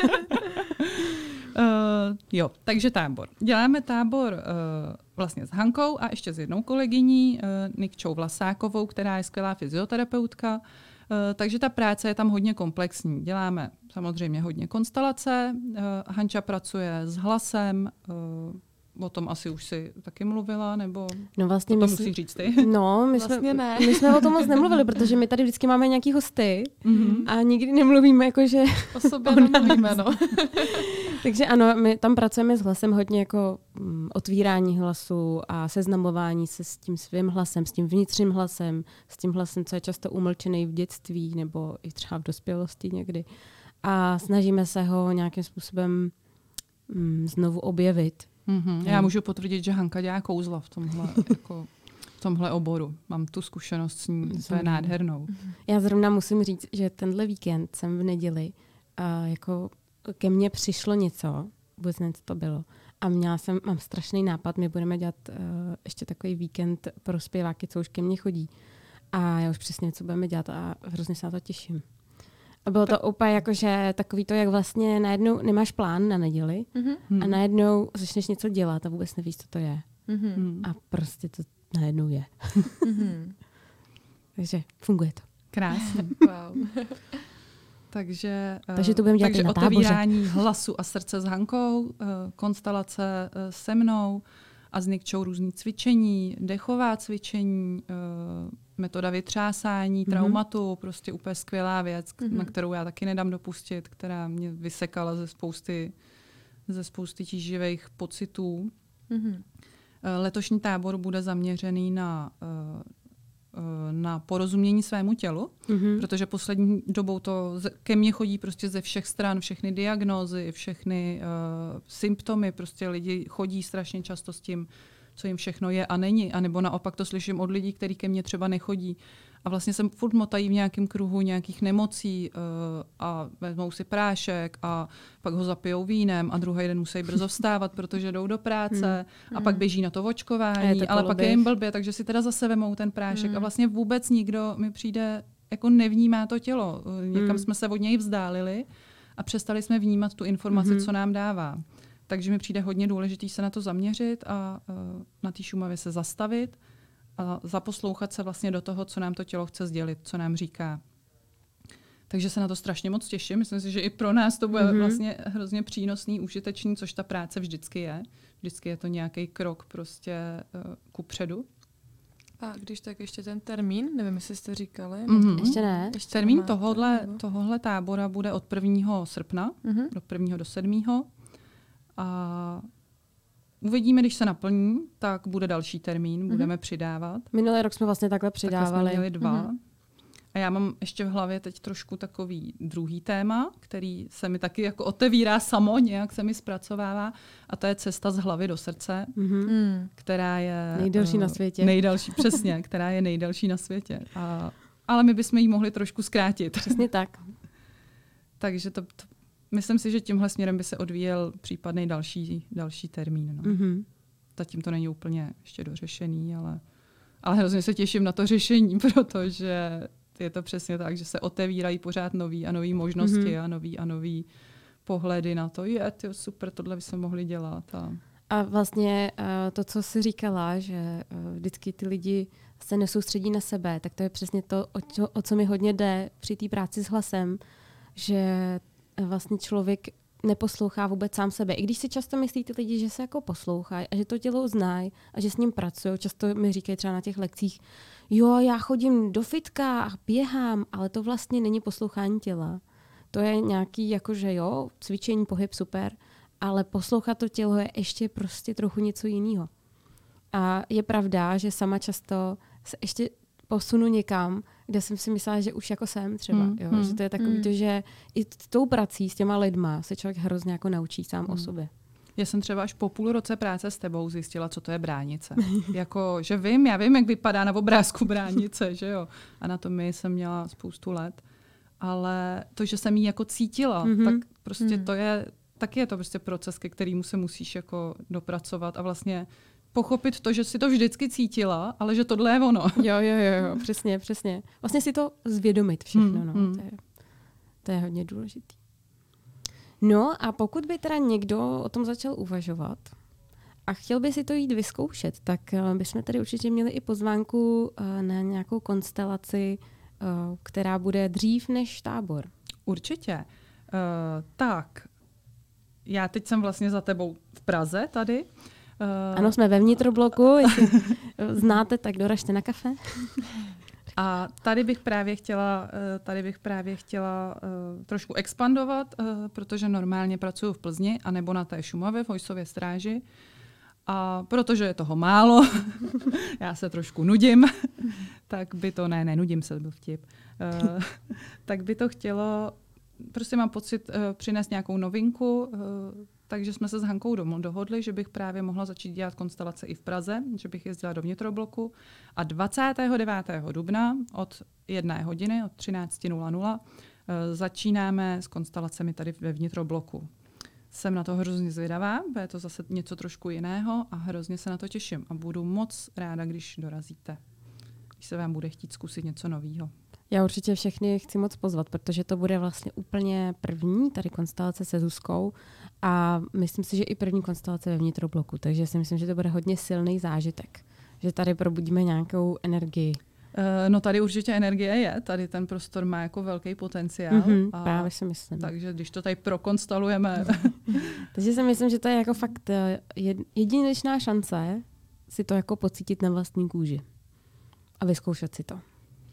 jo, takže tábor. Děláme tábor uh, vlastně s Hankou a ještě s jednou kolegyní, uh, Nikčou Vlasákovou, která je skvělá fyzioterapeutka. Uh, takže ta práce je tam hodně komplexní. Děláme samozřejmě hodně konstelace. Uh, Hanča pracuje s hlasem, uh, o tom asi už si taky mluvila, nebo no vlastně to my musí říct ty? No, my, vlastně jsme, ne. my jsme o tom moc nemluvili, protože my tady vždycky máme nějaký hosty Mm-hmm. a nikdy nemluvíme jakože O sobě nemluvíme, no. Takže ano, my tam pracujeme s hlasem hodně jako mm, otvírání hlasu a seznamování se s tím svým hlasem, s tím vnitřním hlasem, s tím hlasem, co je často umlčený v dětství nebo i třeba v dospělosti někdy. A snažíme se ho nějakým způsobem mm, znovu objevit. Mm-hmm. Já můžu potvrdit, že Hanka dělá kouzla v tomhle, jako, v tomhle oboru. Mám tu zkušenost s ní, to je nádhernou. Já zrovna musím říct, že tenhle víkend jsem v neděli a jako ke mně přišlo něco, vůbec nevím, co to bylo. A měla jsem, mám strašný nápad, my budeme dělat uh, ještě takový víkend pro zpěváky, co už ke mně chodí. A já už přesně co budeme dělat a hrozně se na to těším. A bylo to úplně jako, že takový to, jak vlastně najednou nemáš plán na neděli Mm-hmm. a najednou začneš něco dělat a vůbec nevíš, co to je. Mm-hmm. A prostě to najednou je. Mm-hmm. Takže funguje to. Krásný. Wow. Takže, Takže to budeme dělat takže i na táboře. otevírání hlasu a srdce s Hankou, konstelace se mnou a s Nikčou různý cvičení, dechová cvičení, metoda vytřásání, Mhm. traumatu, prostě úplně skvělá věc, Mhm. na kterou já taky nedám dopustit, která mě vysekala ze spousty, ze spousty tíživých pocitů. Mm-hmm. Letošní tábor bude zaměřený na na porozumění svému tělu, Mm-hmm. protože poslední dobou to ke mně chodí prostě ze všech stran, všechny diagnózy, všechny uh, symptomy, prostě lidi chodí strašně často s tím, co jim všechno je a není, anebo naopak to slyším od lidí, kteří ke mně třeba nechodí. A vlastně se furt motají v nějakém kruhu nějakých nemocí uh, a vezmou si prášek a pak ho zapijou vínem a druhý den musí brzo vstávat, protože jdou do práce Hmm. a pak běží na to A je očkování, to ale pak je koloběh. jim blbě, takže si teda zase vemou ten prášek Hmm. a vlastně vůbec nikdo mi přijde, jako nevnímá to tělo. Někam Hmm. jsme se od něj vzdálili a přestali jsme vnímat tu informaci, Mhm. co nám dává. Takže mi přijde hodně důležitý se na to zaměřit a uh, na té Šumavě se zastavit a zaposlouchat se vlastně do toho, co nám to tělo chce sdělit, co nám říká. Takže se na to strašně moc těším. Myslím si, že i pro nás to bude Mhm. vlastně hrozně přínosný, užitečný, což ta práce vždycky je. Vždycky je to nějaký krok prostě uh, kupředu. A když tak ještě ten termín, nevím, jestli jste říkali. Mhm. Ještě ne. Ještě Termín nemáte, tohohle, nebo? tohohle tábora bude od prvního srpna Mhm. do prvního do sedmého A uvidíme, když se naplní, tak bude další termín, Mhm. budeme přidávat. Minulý rok jsme vlastně takhle Takhle jsme přidávali. měli dva. Mhm. A já mám ještě v hlavě teď trošku takový druhý téma, který se mi taky jako otevírá samo, nějak se mi zpracovává. A to je cesta z hlavy do srdce, Mhm. Mm. která je... Nejdelší eh, na světě. Nejdelší, přesně, která je nejdelší na světě. A, ale my bychom ji mohli trošku zkrátit. Přesně tak. Takže to, to, myslím si, že tímhle směrem by se odvíjel případný další, další termín. No. Mhm. Zatím to není úplně ještě dořešený, ale, ale hrozně se těším na to řešení, protože je to přesně tak, že se otevírají pořád nový a nový možnosti Mhm. a nový a nový pohledy na to. Je, tyjo, super, tohle by se mohli dělat. A... A vlastně uh, to, co jsi říkala, že uh, vždycky ty lidi se nesoustředí na sebe, tak to je přesně to, o, čo, o co mi hodně jde při té práci s hlasem, že uh, vlastně člověk neposlouchá vůbec sám sebe. I když si často myslí ty lidi, že se jako poslouchají a že to tělo znají a že s ním pracují. Často mi říkají třeba na těch lekcích, jo, já chodím do fitka a běhám, ale to vlastně není poslouchání těla. To je nějaký, jakože jo, cvičení, pohyb, super, ale poslouchat to tělo je ještě prostě trochu něco jiného. A je pravda, že sama často se ještě posunu někam, kde jsem si myslela, že už jako jsem třeba. Hmm, Jo? hmm, Že to je takový hmm. to, že i s tou prací, s těma lidma se člověk hrozně jako naučí sám Hmm. o sobě. Já jsem třeba až po půl roce práce s tebou zjistila, co to je bránice. Jako, že vím, já vím, jak vypadá na obrázku bránice, že jo. Anatomii jsem měla spoustu let. Ale to, že jsem ji jako cítila, Mhm. tak prostě Mhm. to je, taky je to prostě proces, ke kterému se musíš jako dopracovat a vlastně pochopit to, že si to vždycky cítila, ale že tohle je ono. Jo, jo, jo, jo, přesně, přesně. Vlastně si to zvědomit všechno, Hmm, no. hmm. To je, to je hodně důležitý. No a pokud by teda někdo o tom začal uvažovat a chtěl by si to jít vyzkoušet, tak eh, bychom tady určitě měli i pozvánku eh, na nějakou konstelaci, eh, která bude dřív než tábor. Určitě. Uh, tak, já teď jsem vlastně za tebou v Praze tady Ano, jsme ve vnitrobloku, jestli znáte, tak doražte na kafe. A tady bych právě chtěla, tady bych právě chtěla uh, trošku expandovat, uh, protože normálně pracuji v Plzni anebo na té Šumavě v Hojsově stráži. A protože je toho málo, já se trošku nudím, tak by to, ne, nenudím se, byl vtip, uh, tak by to chtělo, prostě mám pocit uh, přinést nějakou novinku, uh, takže jsme se s Hankou dohodli, že bych právě mohla začít dělat konstelace i v Praze, že bych jezdila do vnitrobloku. A dvacátého devátého dubna od jedné hodiny, od třináct nula nula, začínáme s konstelacemi tady ve vnitrobloku. Jsem na to hrozně zvědavá, bude to zase něco trošku jiného a hrozně se na to těším. A budu moc ráda, když dorazíte, když se vám bude chtít zkusit něco nového. Já určitě všechny chci moc pozvat, protože to bude vlastně úplně první tady konstelace se Zuzkou a myslím si, že i první konstelace ve vnitrobloku, takže si myslím, že to bude hodně silný zážitek, že tady probudíme nějakou energii. Uh, no tady určitě energie je, tady ten prostor má jako velký potenciál. Mm-hmm, a právě si myslím. Takže když to tady prokonstalujeme. Takže si myslím, že to je jako fakt jedinečná šance si to jako pocítit na vlastní kůži a vyzkoušet si to.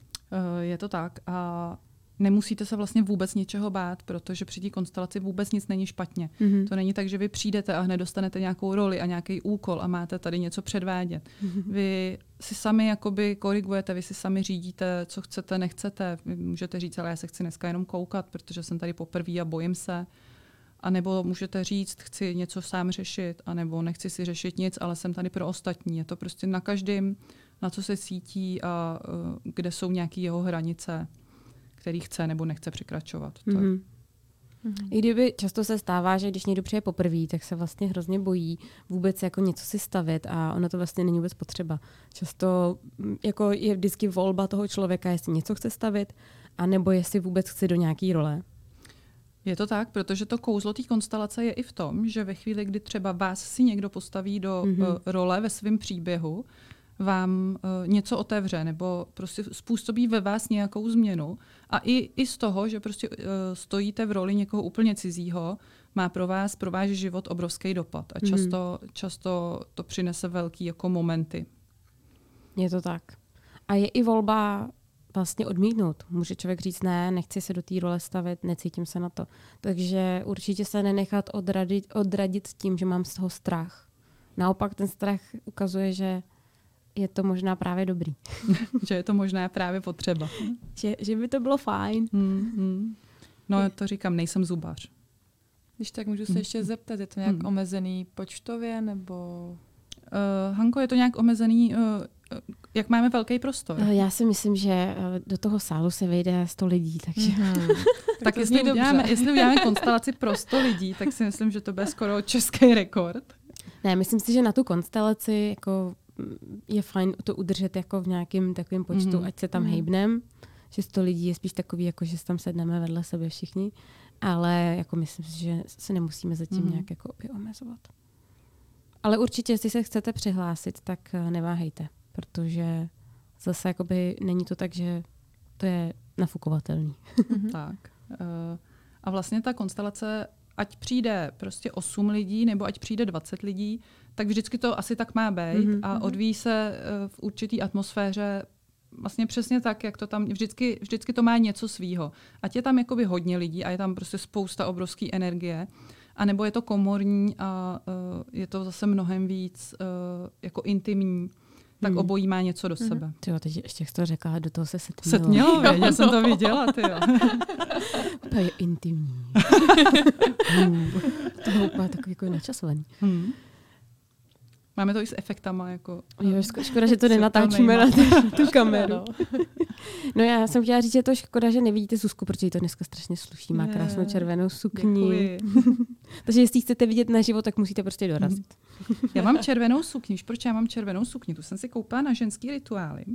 Je to tak a nemusíte se vlastně vůbec ničeho bát, protože při té konstelaci vůbec nic není špatně. Mm-hmm. To není tak, že vy přijdete a hned dostanete nějakou roli a nějaký úkol a máte tady něco předvádět. Mm-hmm. Vy si sami jakoby korigujete, vy si sami řídíte, co chcete, nechcete. Vy můžete říct, ale já se chci dneska jenom koukat, protože jsem tady poprvé a bojím se. A nebo můžete říct, chci něco sám řešit, anebo nechci si řešit nic, ale jsem tady pro ostatní. Je to prostě na každém, na co se cítí a uh, kde jsou nějaké jeho hranice, který chce nebo nechce překračovat. To mm-hmm. I kdyby často se stává, že když někdo přijde poprvé, tak se vlastně hrozně bojí vůbec jako něco si stavit a ono to vlastně není vůbec potřeba. Často jako je vždycky volba toho člověka, jestli něco chce stavit, anebo jestli vůbec chce do nějaký role. Je to tak, protože to kouzlo té konstelace je i v tom, že ve chvíli, kdy třeba vás si někdo postaví do mm-hmm. uh, role ve svém příběhu, vám uh, něco otevře nebo prostě způsobí ve vás nějakou změnu. A i, i z toho, že prostě uh, stojíte v roli někoho úplně cizího, má pro vás, pro váš život obrovský dopad. A často, mm. často to přinese velký jako momenty. Je to tak. A je i volba vlastně odmítnout. Může člověk říct, ne, nechci se do té role stavit, necítím se na to. Takže určitě se nenechat odradit, odradit tím, že mám z toho strach. Naopak ten strach ukazuje, že je to možná právě dobrý. Že je to možná právě potřeba. že, že by to bylo fajn. Hmm, hmm. No je. To říkám, nejsem zubař. Když tak můžu se hmm. ještě zeptat, je to nějak hmm. omezený počtově, nebo... Uh, Hanko, je to nějak omezený, uh, jak máme velký prostor? Já si myslím, že do toho sálu se vejde sto lidí, takže... Mm-hmm. tak tak jestli uděláme, jestli uděláme konstelaci pro sto lidí, tak si myslím, že to bude skoro český rekord. Ne, myslím si, že na tu konstelaci jako je fajn to udržet jako v nějakém takovém počtu, mm-hmm. ať se tam mm-hmm. hejbnem, že sto lidí je spíš takový, jako že tam sedneme vedle sebe všichni, ale jako myslím si, že se nemusíme zatím mm-hmm. nějak jako omezovat. Ale určitě, jestli se chcete přihlásit, tak neváhejte, protože zase jakoby není to tak, že to je nafukovatelný. Mm-hmm. tak. A vlastně ta konstelace, ať přijde prostě osm lidí, nebo ať přijde dvacet lidí, tak vždycky to asi tak má být mm-hmm. a odvíjí se v určitý atmosféře vlastně přesně tak, jak to tam, vždycky, vždycky to má něco svýho. Ať je tam jakoby hodně lidí a je tam prostě spousta obrovské energie, a nebo je to komorní a uh, je to zase mnohem víc uh, jako intimní, tak hmm. obojí má něco do sebe. Hmm. Tyjo, teď ještě jak jsi to řekla, do toho se setmělo. Setmělo, já jsem to viděla, tyjo. To je intimní. hmm. To bylo úplně takový jako načasovaný. Hmm. Máme to i s efektama. Jako, jo, škoda, že to nenatáčíme na tu kameru. No já jsem chtěla říct, že je to škoda, že nevidíte Zuzku, protože jí to dneska strašně sluší. Má krásnou červenou sukni. Takže jestli chcete vidět na život, tak musíte prostě dorazit. Já mám červenou sukni. Proč já mám červenou sukni? Tu jsem si koupila na ženský rituály.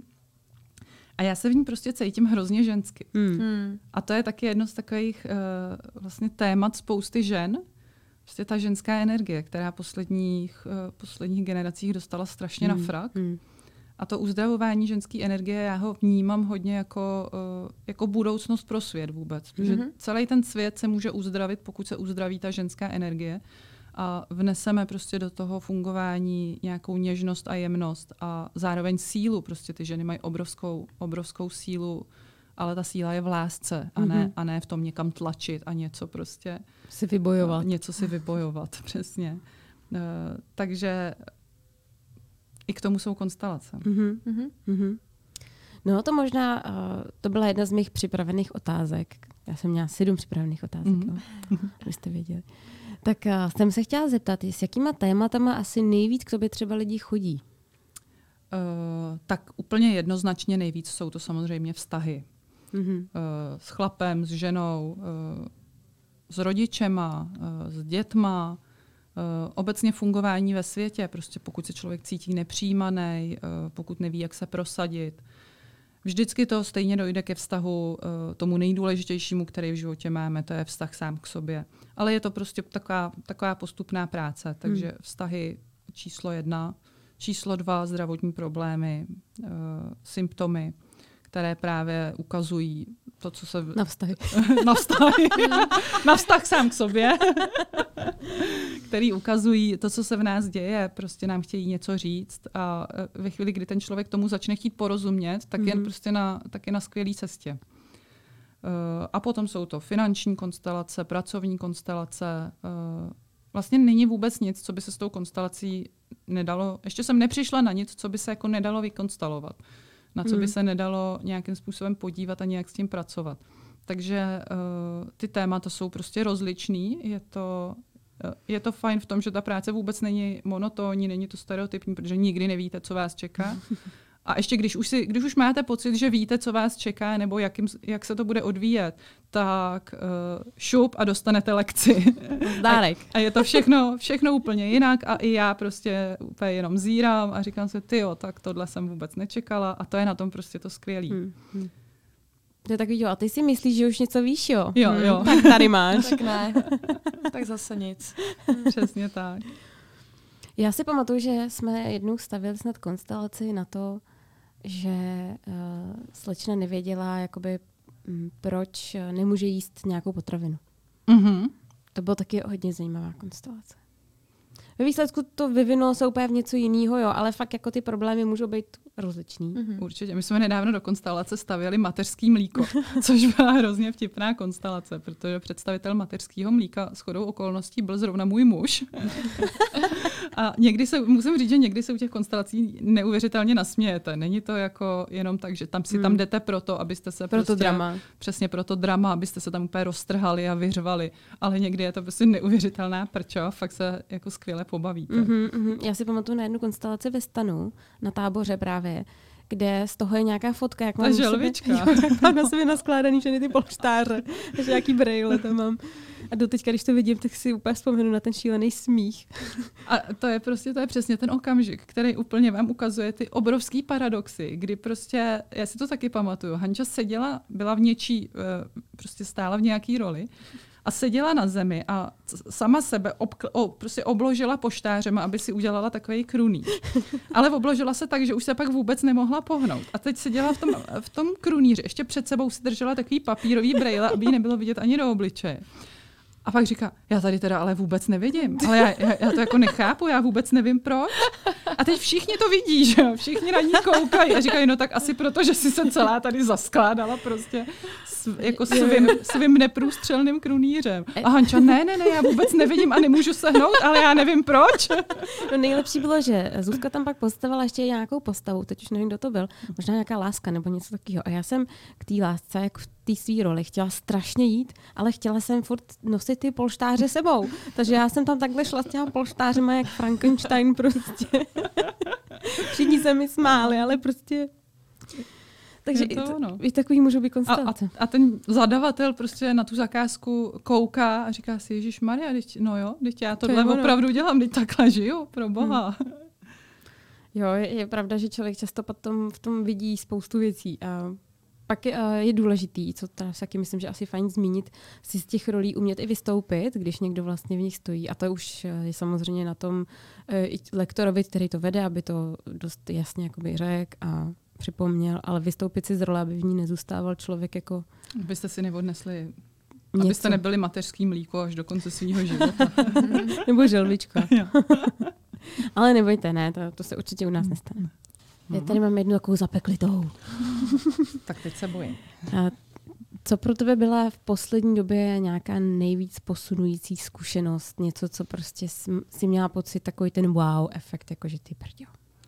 A já se v ní prostě cítím hrozně žensky. Hmm. A to je taky jedno z takových uh, vlastně témat spousty žen. Prostě ta ženská energie, která posledních, uh, posledních generacích dostala strašně hmm. na frak. Hmm. A to uzdravování ženské energie, já ho vnímám hodně jako, uh, jako budoucnost pro svět vůbec. Protože mm-hmm. celý ten svět se může uzdravit, pokud se uzdraví ta ženská energie. a vneseme prostě do toho fungování nějakou něžnost a jemnost a zároveň sílu. Prostě ty ženy mají obrovskou, obrovskou sílu, ale ta síla je v lásce a ne, mm-hmm. a ne v tom někam tlačit a něco prostě si vybojovat. Něco si vybojovat, přesně. Uh, takže i k tomu jsou konstelace. Mm-hmm. Mm-hmm. No to možná, uh, to byla jedna z mých připravených otázek. Já jsem měla sedm připravených otázek, mm-hmm. abyste věděli. Tak uh, jsem se chtěla zeptat, s jakýma tématama asi nejvíc k tobě třeba lidi chodí? Uh, tak úplně jednoznačně nejvíc jsou to samozřejmě vztahy. Mm-hmm. Uh, s chlapem, s ženou, uh, s rodičema, uh, s dětma, uh, obecně fungování ve světě. Prostě pokud se člověk cítí nepřijímaný, uh, pokud neví, jak se prosadit. Vždycky to stejně dojde ke vztahu uh, tomu nejdůležitějšímu, který v životě máme, to je vztah sám k sobě. Ale je to prostě taková, taková postupná práce, takže hmm. vztahy číslo jedna, číslo dva, zdravotní problémy, uh, symptomy, které právě ukazují to, co se... Na vztahy. na vztahy. na vztah sám k sobě. který ukazují to, co se v nás děje. Prostě nám chtějí něco říct a ve chvíli, kdy ten člověk tomu začne chtít porozumět, tak, mm-hmm. je, prostě na, tak je na skvělé cestě. Uh, a potom jsou to finanční konstelace, pracovní konstelace. Uh, vlastně není vůbec nic, co by se s tou konstelací nedalo... Ještě jsem nepřišla na nic, co by se jako nedalo vykonstelovat. Na co by se nedalo nějakým způsobem podívat a nějak s tím pracovat. Takže uh, ty témata jsou prostě rozličný. Je to, uh, je to fajn v tom, že ta práce vůbec není monotónní, není to stereotypní, protože nikdy nevíte, co vás čeká. A ještě když už, si, když už máte pocit, že víte, co vás čeká, nebo jakým, jak se to bude odvíjet, tak uh, šup a dostanete lekci. Zdárek. A, a je to všechno, všechno úplně jinak a i já prostě úplně jenom zírám a říkám si, tyjo, tak tohle jsem vůbec nečekala a to je na tom prostě to skvělý. Hmm. Hmm. To je takový, jo, a ty si myslíš, že už něco víš, jo? Jo, hmm. jo. Tak tady máš. Tak ne, tak zase nic. Přesně tak. Já si pamatuju, že jsme jednou stavili snad konstelaci na to, že uh, slečna nevěděla, jakoby, m, proč nemůže jíst nějakou potravinu. Mm-hmm. To bylo taky hodně zajímavá konstelace. Ve výsledku to vyvinulo se úplně v něco jiného, jo, ale fakt jako ty problémy můžou být rozličný. Mm-hmm. Určitě. My jsme nedávno do konstelace stavěli mateřský mlíko, což byla hrozně vtipná konstelace, protože představitel mateřského mlíka shodou okolností byl zrovna můj muž. A někdy se, musím říct, že někdy se u těch konstelací neuvěřitelně nasmějete. Není to jako jenom tak, že tam si hmm. tam jdete proto, abyste se pro prostě... to drama. Přesně pro to drama, abyste se tam úplně roztrhali a vyřvali. Ale někdy je to prostě neuvěřitelná prča, fakt se jako skvěle pobavíte. Mm-hmm, mm-hmm. Já si pamatuju na jednu konstelaci ve Stanu, na táboře právě, kde z toho je nějaká fotka, jak mám želvička. Sebe, jo, jak mám na sobě naskládaný všechny ty polštáře, takže nějaký brejle tam mám. A doteďka, když to vidím, tak si úplně vzpomenu na ten šílený smích. A to je prostě, to je přesně ten okamžik, který úplně vám ukazuje ty obrovský paradoxy, kdy prostě, já si to taky pamatuju, Hanča seděla, byla v něčí, prostě stála v nějaký roli a seděla na zemi a sama sebe obkl- o, prostě obložila poštářema, aby si udělala takový krunýř. Ale obložila se tak, že už se pak vůbec nemohla pohnout. A teď seděla v tom, v tom krunýři, ještě před sebou si držela takový papírový brejle, aby jí nebylo vidět ani do obličeje. A pak říká, já tady teda ale vůbec nevidím, ale já, já, já to jako nechápu, já vůbec nevím proč. A teď všichni to vidí, že jo, všichni na ní koukají a říkají, no tak asi proto, že si se celá tady zaskládala prostě s, jako svým, svým neprůstřelným krunýřem. A Hanča, ne, ne, ne, já vůbec nevidím a nemůžu sehnout, ale já nevím proč. No nejlepší bylo, že Zuzka tam pak postavila ještě nějakou postavu, teď už nevím, kdo to byl, možná nějaká láska nebo něco takového. A já jsem k té lásce, jako v té své roli, chtěla strašně jít, ale chtěla jsem furt nosit ty polštáře sebou. Takže já jsem tam takhle šla s těma polštářema jak Frankenstein prostě. Všichni se mi smáli, ale prostě... Takže to, i, to, no. i takový můžou být konstelace. A, a, a ten zadavatel prostě na tu zakázku kouká a říká si, ježišmarja, no jo, teď já tohle to opravdu dělám, teď takhle žiju, pro boha. Hmm. Jo, je, je pravda, že člověk často potom v tom vidí spoustu věcí a pak je, je důležitý, co teda taky myslím, že asi fajn zmínit, si z těch rolí umět i vystoupit, když někdo vlastně v nich stojí. A to už je samozřejmě na tom i lektorovi, který to vede, aby to dost jasně jakoby řekl a připomněl, ale vystoupit si z role, aby v ní nezůstával člověk jako... Abyste si neodnesli Něco. Abyste nebyli mateřský mlíko až do konce svého života. Nebo želvička. Ale nebojte, ne, to, to se určitě u nás nestane. Já tady mám jednu takovou zapeklitou. Tak teď se bojím. A co pro tebe byla v poslední době nějaká nejvíc posunující zkušenost? Něco, co prostě si měla pocit, takový ten wow efekt, jakože ty prďo.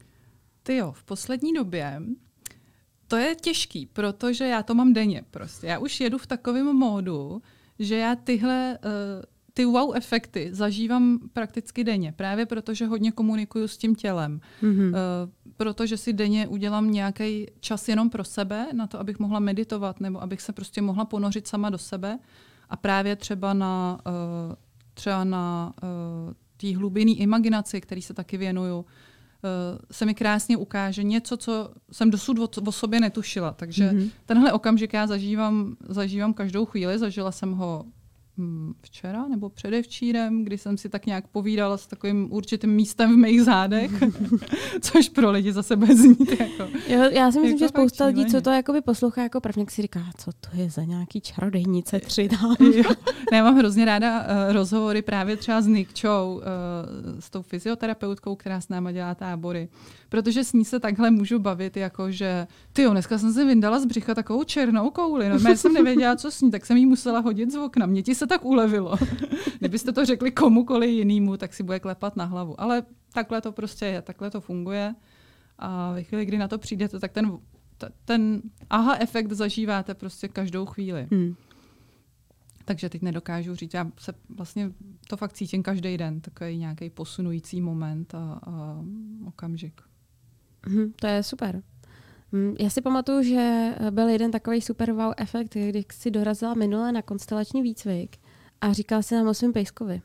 Ty jo, v poslední době to je těžký, protože já to mám denně prostě. Já už jedu v takovém módu, že já tyhle uh, ty wow efekty zažívám prakticky denně. Právě protože hodně komunikuju s tím tělem. Mm-hmm. Uh, protože si denně udělám nějaký čas jenom pro sebe, na to, abych mohla meditovat, nebo abych se prostě mohla ponořit sama do sebe. A právě třeba na, uh, třeba na uh, té hlubinné imaginaci, který se taky věnuju, Uh, se mi krásně ukáže něco, co jsem dosud o, o sobě netušila. Takže mm-hmm. tenhle okamžik já zažívám, zažívám každou chvíli. Zažila jsem ho hm, včera nebo předevčírem, kdy jsem si tak nějak povídala s takovým určitým místem v mých zádech, což pro lidi zase bude znít. Jako, jo, já si myslím, jako že spousta lidí, co to jakoby poslouchá jako prvník, si říká, co to je za nějaký čarodejnice tři tam. Ne, já mám hrozně ráda uh, rozhovory právě třeba s Nikčou, uh, s tou fyzioterapeutkou, která s náma dělá tábory. Protože s ní se takhle můžu bavit, jako že tyjo, dneska jsem si vyndala z břicha takovou černou kouli. No, já jsem nevěděla, co s ní, tak jsem jí musela hodit z okna. Mně ti se tak ulevilo. Kdybyste to řekli komukoliv jinému, tak si bude klepat na hlavu. Ale takhle to prostě je, takhle to funguje. A ve chvíli, kdy na to přijdete, tak ten, ten aha efekt zažíváte prostě každou chvíli. Hmm. Takže teď nedokážu říct, já se vlastně to fakt cítím každý den, takový nějaký posunující moment a, a okamžik. Hmm, to je super. Já si pamatuju, že byl jeden takový super wow efekt, když si dorazila minule na konstelační výcvik a říkala si nám o svém pejskovi,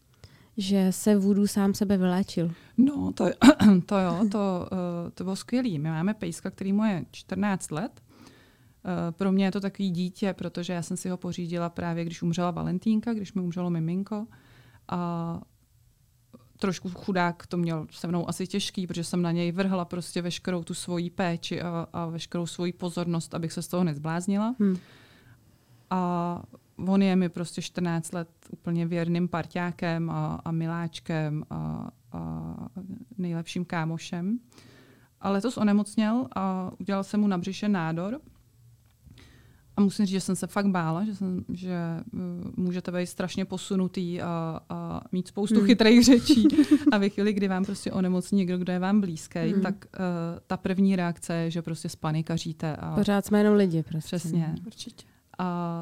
že se vůdu sám sebe vyléčil. No, to, to jo, to, to bylo skvělý. My máme pejska, který mu je čtrnáct let. Pro mě je to takový dítě, protože já jsem si ho pořídila právě, když umřela Valentínka, když mi umřelo miminko. A trošku chudák to měl se mnou asi těžký, protože jsem na něj vrhla prostě veškerou tu svoji péči a, a veškerou svoji pozornost, abych se z toho nezbláznila. Hmm. A on je mi prostě čtrnáct let úplně věrným parťákem a, a miláčkem a, a nejlepším kámošem. A letos onemocněl a udělal jsem mu na břiše nádor. A musím říct, že jsem se fakt bála, že, jsem, že uh, můžete být strašně posunutý a, a mít spoustu hmm. chytrých řečí. A ve chvíli, kdy vám prostě onemocní někdo, kdo je vám blízký, hmm. tak uh, ta první reakce je, že prostě spanikaříte. A pořád jsme jenom lidi. Prostě. Přesně. Určitě. A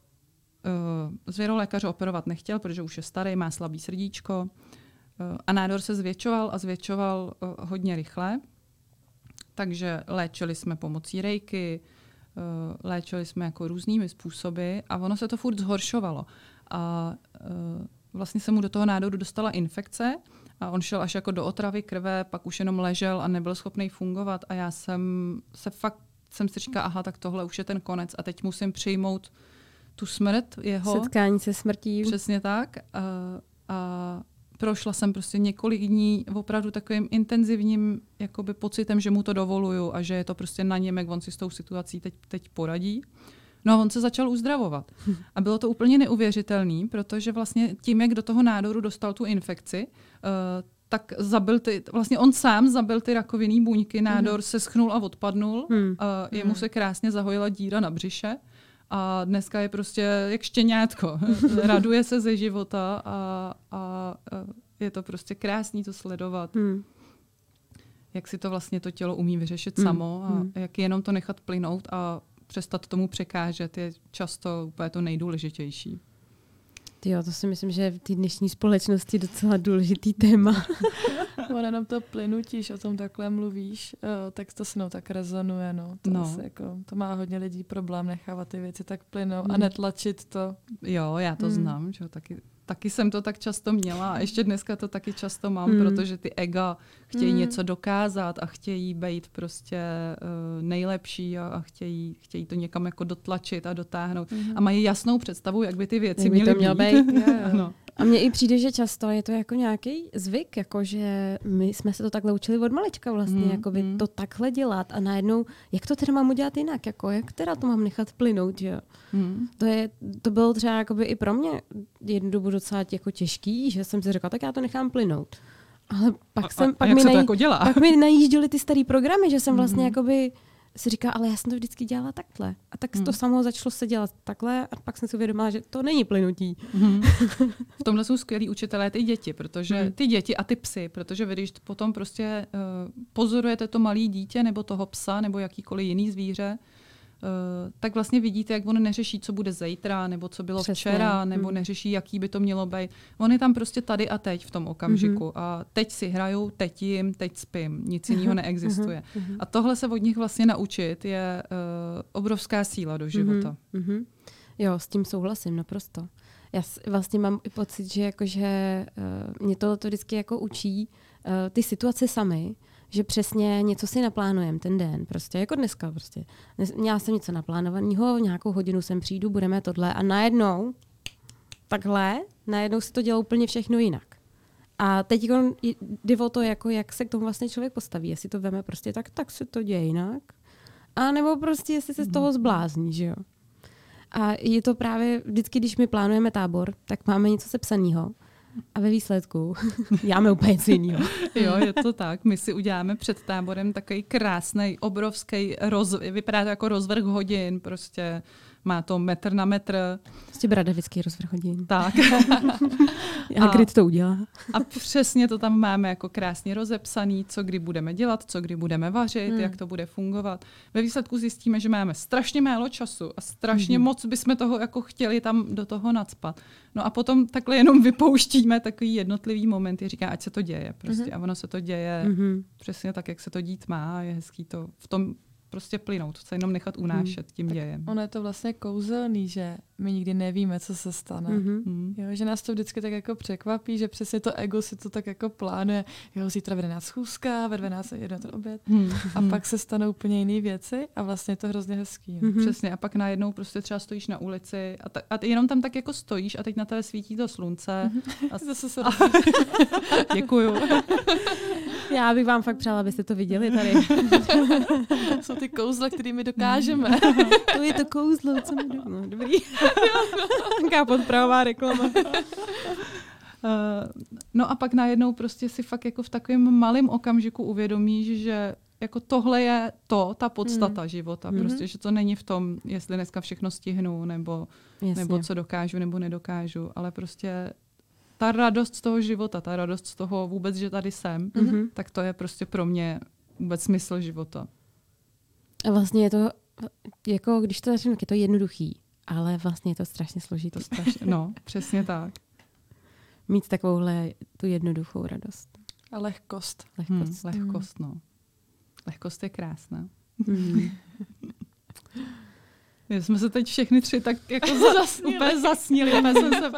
uh, zvěrolékař operovat nechtěl, protože už je starý, má slabý srdíčko. Uh, a nádor se zvětšoval a zvětšoval uh, hodně rychle. Takže léčili jsme pomocí rejky, Uh, léčili jsme jako různými způsoby a ono se to furt zhoršovalo. A uh, vlastně se mu do toho nádoru dostala infekce a on šel až jako do otravy krve, pak už jenom ležel a nebyl schopný fungovat a já jsem se fakt, jsem si říkala, aha, tak tohle už je ten konec a teď musím přijmout tu smrt jeho. Setkání se smrtí. Přesně tak. Uh, a prošla jsem prostě několik dní opravdu takovým intenzivním jakoby pocitem, že mu to dovoluju a že je to prostě na něm, jak on si s tou situací teď, teď poradí. No a on se začal uzdravovat. A bylo to úplně neuvěřitelný, protože vlastně tím, jak do toho nádoru dostal tu infekci, uh, tak zabil ty, vlastně on sám zabil ty rakovinný buňky, nádor mm. se schnul a odpadnul. Mm. Uh, jemu mm. se krásně zahojila díra na břiše. A dneska je prostě jak štěňátko. Raduje se ze života a, a, a je to prostě krásný to sledovat. Hmm. Jak si to vlastně to tělo umí vyřešit hmm. samo a hmm. jak jenom to nechat plynout a přestat tomu překážet je často úplně to nejdůležitější. Jo, to si myslím, že v té dnešní společnosti je docela důležitý téma. Ono jenom to plynutíš, o tom takhle mluvíš, tak to se mnou tak rezonuje. No. To, no. Asi jako, to má hodně lidí problém nechávat ty věci tak plynou hmm. a netlačit to. Jo, já to hmm. znám, že taky, taky jsem to tak často měla a ještě dneska to taky často mám, hmm. protože ty ega chtějí hmm. něco dokázat a chtějí být prostě uh, nejlepší a, a chtějí, chtějí to někam jako dotlačit a dotáhnout. Hmm. A mají jasnou představu, jak by ty věci jak by měly to mělo být. být. Ano. A mně i přijde, že často je to jako nějaký zvyk, jako že my jsme se to takhle učili od malička vlastně, Mm, jako by mm. to takhle dělat a najednou, jak to teda mám udělat jinak, jako jak teda to mám nechat plynout, že jo. Hmm. To, je, to bylo třeba jakoby i pro mě jednu dobu docela jako těžký, že jsem si řekla, tak já to nechám plynout. Ale pak, A, jsem, a pak, jak mi se to nají, jako dělá? pak mi najížděly ty starý programy, že jsem vlastně Mhm. jakoby si říká, ale já jsem to vždycky dělala takhle. A tak Hmm. to samo začalo se dělat takhle a pak jsem si uvědomila, že to není plynutí. Mhm. V tomhle jsou skvělí učitelé ty děti, protože Mhm. ty děti a ty psy, protože vy, když potom prostě uh, pozorujete to malé dítě nebo toho psa nebo jakýkoliv jiný zvíře, Uh, tak vlastně vidíte, jak on neřeší, co bude zítra, nebo co bylo Přesně. včera, nebo Hmm. neřeší, jaký by to mělo být. On je tam prostě tady a teď v tom okamžiku. Mhm. A teď si hraju, teď jim, teď spím. Nic jiného neexistuje. Mhm. A tohle se od nich vlastně naučit je uh, obrovská síla do života. Mm-hmm. Jo, s tím souhlasím naprosto. Já s- vlastně mám i pocit, že jakože uh, mě tohle to vždycky jako učí uh, ty situace samy, že přesně něco si naplánujeme ten den, prostě jako dneska prostě. Dnes- Měla jsem něco naplánovaného, nějakou hodinu sem přijdu, budeme tohle a najednou takhle, najednou si to dělá úplně všechno jinak. A teď jako jde o to, jako jak se k tomu vlastně člověk postaví. Jestli to veme prostě tak, tak se to děje jinak. A nebo prostě, jestli se z toho zblázní, že jo. A je to právě vždycky, když my plánujeme tábor, tak máme něco sepsaného. A ve výsledku děláme úplně něco jiného. Jo, je to tak. My si uděláme před táborem takový krásný, obrovský, roz, vypadá to jako rozvrh hodin, prostě má to metr na metr. Prostě bradavický rozvrh hodin. Tak. A Grid to udělá. A přesně to tam máme jako krásně rozepsaný, co kdy budeme dělat, co kdy budeme vařit, Hmm. jak to bude fungovat. Ve výsledku zjistíme, že máme strašně málo času a strašně Mhm. moc bychom toho jako chtěli tam do toho nacpat. No a potom takhle jenom vypouštíme takový jednotlivý momenty, říká, ať se to děje prostě. Mhm. A ono se to děje Mhm. přesně tak, jak se to dít má a je hezký to v tom prostě plynout, se jenom nechat unášet tím dějem. Ono je to vlastně kouzelný, že my nikdy nevíme, co se stane. Mhm. Mm. Jo, že nás to vždycky tak jako překvapí, že přesně to ego si to tak jako plánuje. Jo, zítra ve dvanáct schůzka, ve dvanáct jede ten oběd. Hmm. A pak se stanou úplně jiné věci a vlastně je to hrozně hezký. Jo. Mhm. Přesně, a pak najednou prostě třeba stojíš na ulici a, ta, a ty jenom tam tak jako stojíš a teď na tebe svítí to slunce. A Zase se a, děkuju. Já bych vám fakt přála, abyste to viděli tady. jsou ty kouzla, kterými dokážeme. To je to kouzlo, co mi do... No, dobrý. Taká podpravová reklama. Uh, no a pak najednou prostě si fakt jako v takovém malém okamžiku uvědomíš, že jako tohle je to, ta podstata Mm. života. Mhm. Prostě, že to není v tom, jestli dneska všechno stihnu, nebo, Jasně. nebo co dokážu, nebo nedokážu, ale prostě ta radost z toho života, ta radost z toho vůbec, že tady jsem, Mhm. tak to je prostě pro mě vůbec smysl života. A vlastně je to, jako když to začnu, tak je to jednoduchý, ale vlastně je to strašně složitý. To strašně, no, přesně tak. Mít takovouhle tu jednoduchou radost. A lehkost. Hmm, Lehkost. lehkost, no. Lehkost je krásná. Hmm. My jsme se teď všechny tři tak jako zasnili. úplně zasnili. Úplně jsem se...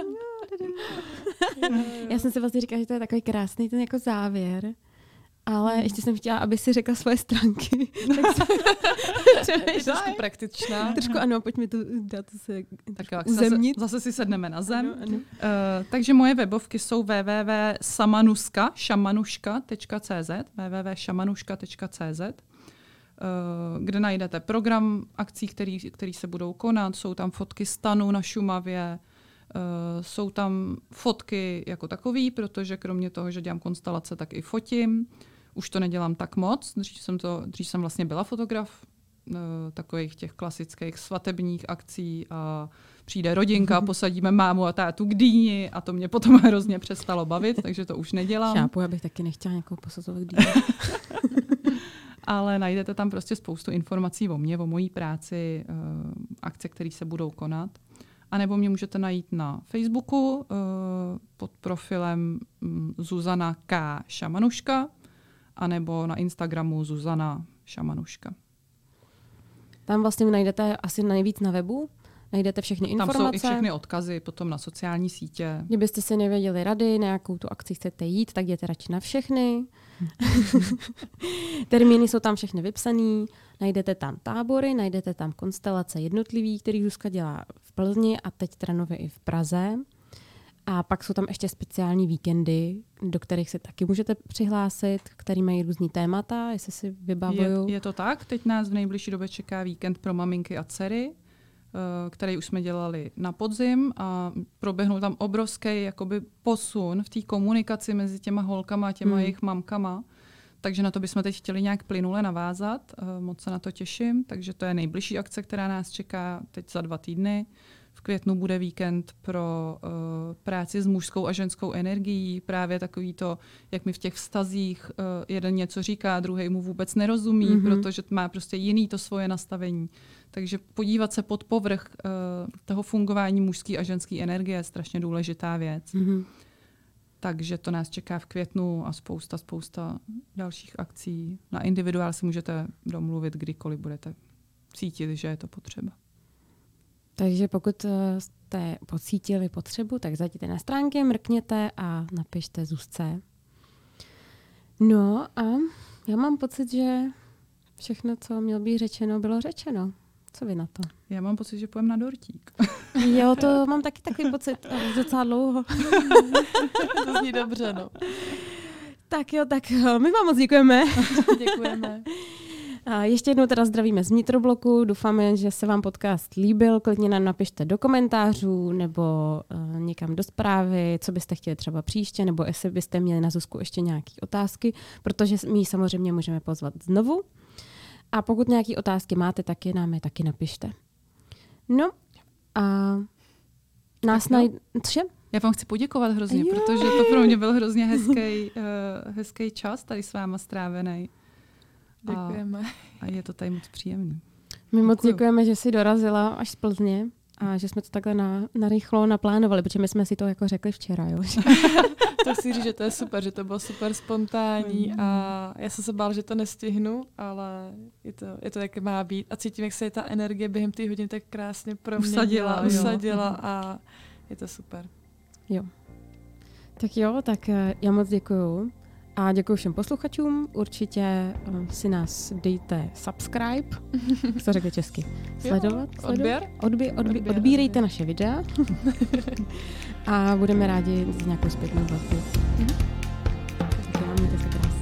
Já jsem si vlastně říkala, že to je takový krásný ten jako závěr, ale ještě jsem chtěla, aby si řekla svoje stránky. Tak jsem Je trošku praktičná. trošku ano, pojďme to dát se Tak jo, uzemnit. zase, zase si sedneme na zem. Ano, ano. Uh, takže moje webovky jsou w w w tečka samanuska šamanuška tečka c z w w w tečka šamanuška tečka c z Uh, kde najdete program akcí, který, který se budou konat. Jsou tam fotky stanu na Šumavě, uh, jsou tam fotky jako takový, protože kromě toho, že dělám konstelace, tak i fotím. Už to nedělám tak moc. Dřív jsem, to, dřív jsem vlastně byla fotograf uh, takových těch klasických svatebních akcí a přijde rodinka, posadíme mámu a tátu k dýni a to mě potom hrozně přestalo bavit, takže to už nedělám. Chápu, já bych taky nechtěla někoho posazovat dýmu. Ale najdete tam prostě spoustu informací o mně, o mojí práci, uh, akce, které se budou konat. A nebo mě můžete najít na Facebooku uh, pod profilem um, Zuzana K. Šamanuška, anebo na Instagramu Zuzana Šamanuška. Tam vlastně najdete asi nejvíc na webu, najdete všechny Tam informace. jsou i všechny odkazy potom na sociální sítě. Kdybyste si nevěděli rady, na jakou tu akci chcete jít, tak jděte radši na všechny. Termíny jsou tam všechny vypsaný, najdete tam tábory, najdete tam konstelace jednotlivý, který Zuzka dělá v Plzni a teď teda nově i v Praze. A pak jsou tam ještě speciální víkendy, do kterých se taky můžete přihlásit, který mají různý témata, jestli si vybavuju. Je, je to tak, teď nás v nejbližší době čeká víkend pro maminky a dcery, který už jsme dělali na podzim a proběhnul tam obrovský jakoby posun v té komunikaci mezi těma holkama a těma hmm. jejich mamkama. Takže na to bychom teď chtěli nějak plynule navázat. Moc se na to těším. Takže to je nejbližší akce, která nás čeká teď za dva týdny. V květnu bude víkend pro uh, práci s mužskou a ženskou energií. Právě takový to, jak mi v těch vztazích uh, jeden něco říká, druhý mu vůbec nerozumí, mm-hmm. protože má prostě jiný to svoje nastavení. Takže podívat se pod povrch uh, toho fungování mužské a ženské energie je strašně důležitá věc. Mm-hmm. Takže to nás čeká v květnu a spousta, spousta dalších akcí. Na individuál si můžete domluvit, kdykoliv budete cítit, že je to potřeba. Takže pokud jste pocítili potřebu, tak zajděte na stránky, mrkněte a napište Zuzce. No a já mám pocit, že všechno, co mělo být řečeno, bylo řečeno. Co vy na to? Já mám pocit, že půjdeme na dortík. Jo, to mám taky takový pocit. Docela dlouho. To zní dobře, no. Tak jo, tak my vám moc děkujeme. Děkujeme. A ještě jednou teda zdravíme z Vnitrobloku. Doufáme, že se vám podcast líbil. Klidně nám napište do komentářů nebo uh, někam do zprávy, co byste chtěli třeba příště, nebo jestli byste měli na Zuzku ještě nějaké otázky, protože my ji samozřejmě můžeme pozvat znovu. A pokud nějaké otázky máte, tak je nám je taky napište. No a nás najde... Já vám chci poděkovat hrozně, jo. protože to pro mě byl hrozně hezký, uh, hezký čas tady s váma strávený. Děkujeme. A, a je to tady moc příjemný. My moc Děkuju. děkujeme, že jsi dorazila až z Plzně a že jsme to takhle na, narychlo naplánovali, protože my jsme si to jako řekli včera. Jo? To chci říct, že to je super, že to bylo super spontánní a já jsem se bál, že to nestihnu, ale je to, je to jak má být a cítím, jak se ta energie během té hodiny tak krásně proměnila, usadila, usadila a je to super. Jo. Tak jo, tak já moc děkuju. A děkuji všem posluchačům. Určitě si nás dejte subscribe. Jak to řekne česky? Sledovat? Jo, odběr? Odbě, odbě, odběr? Odbírejte naše videa. A budeme rádi za nějakou zpětnou vazbu. Tak jo, mějte se krásně.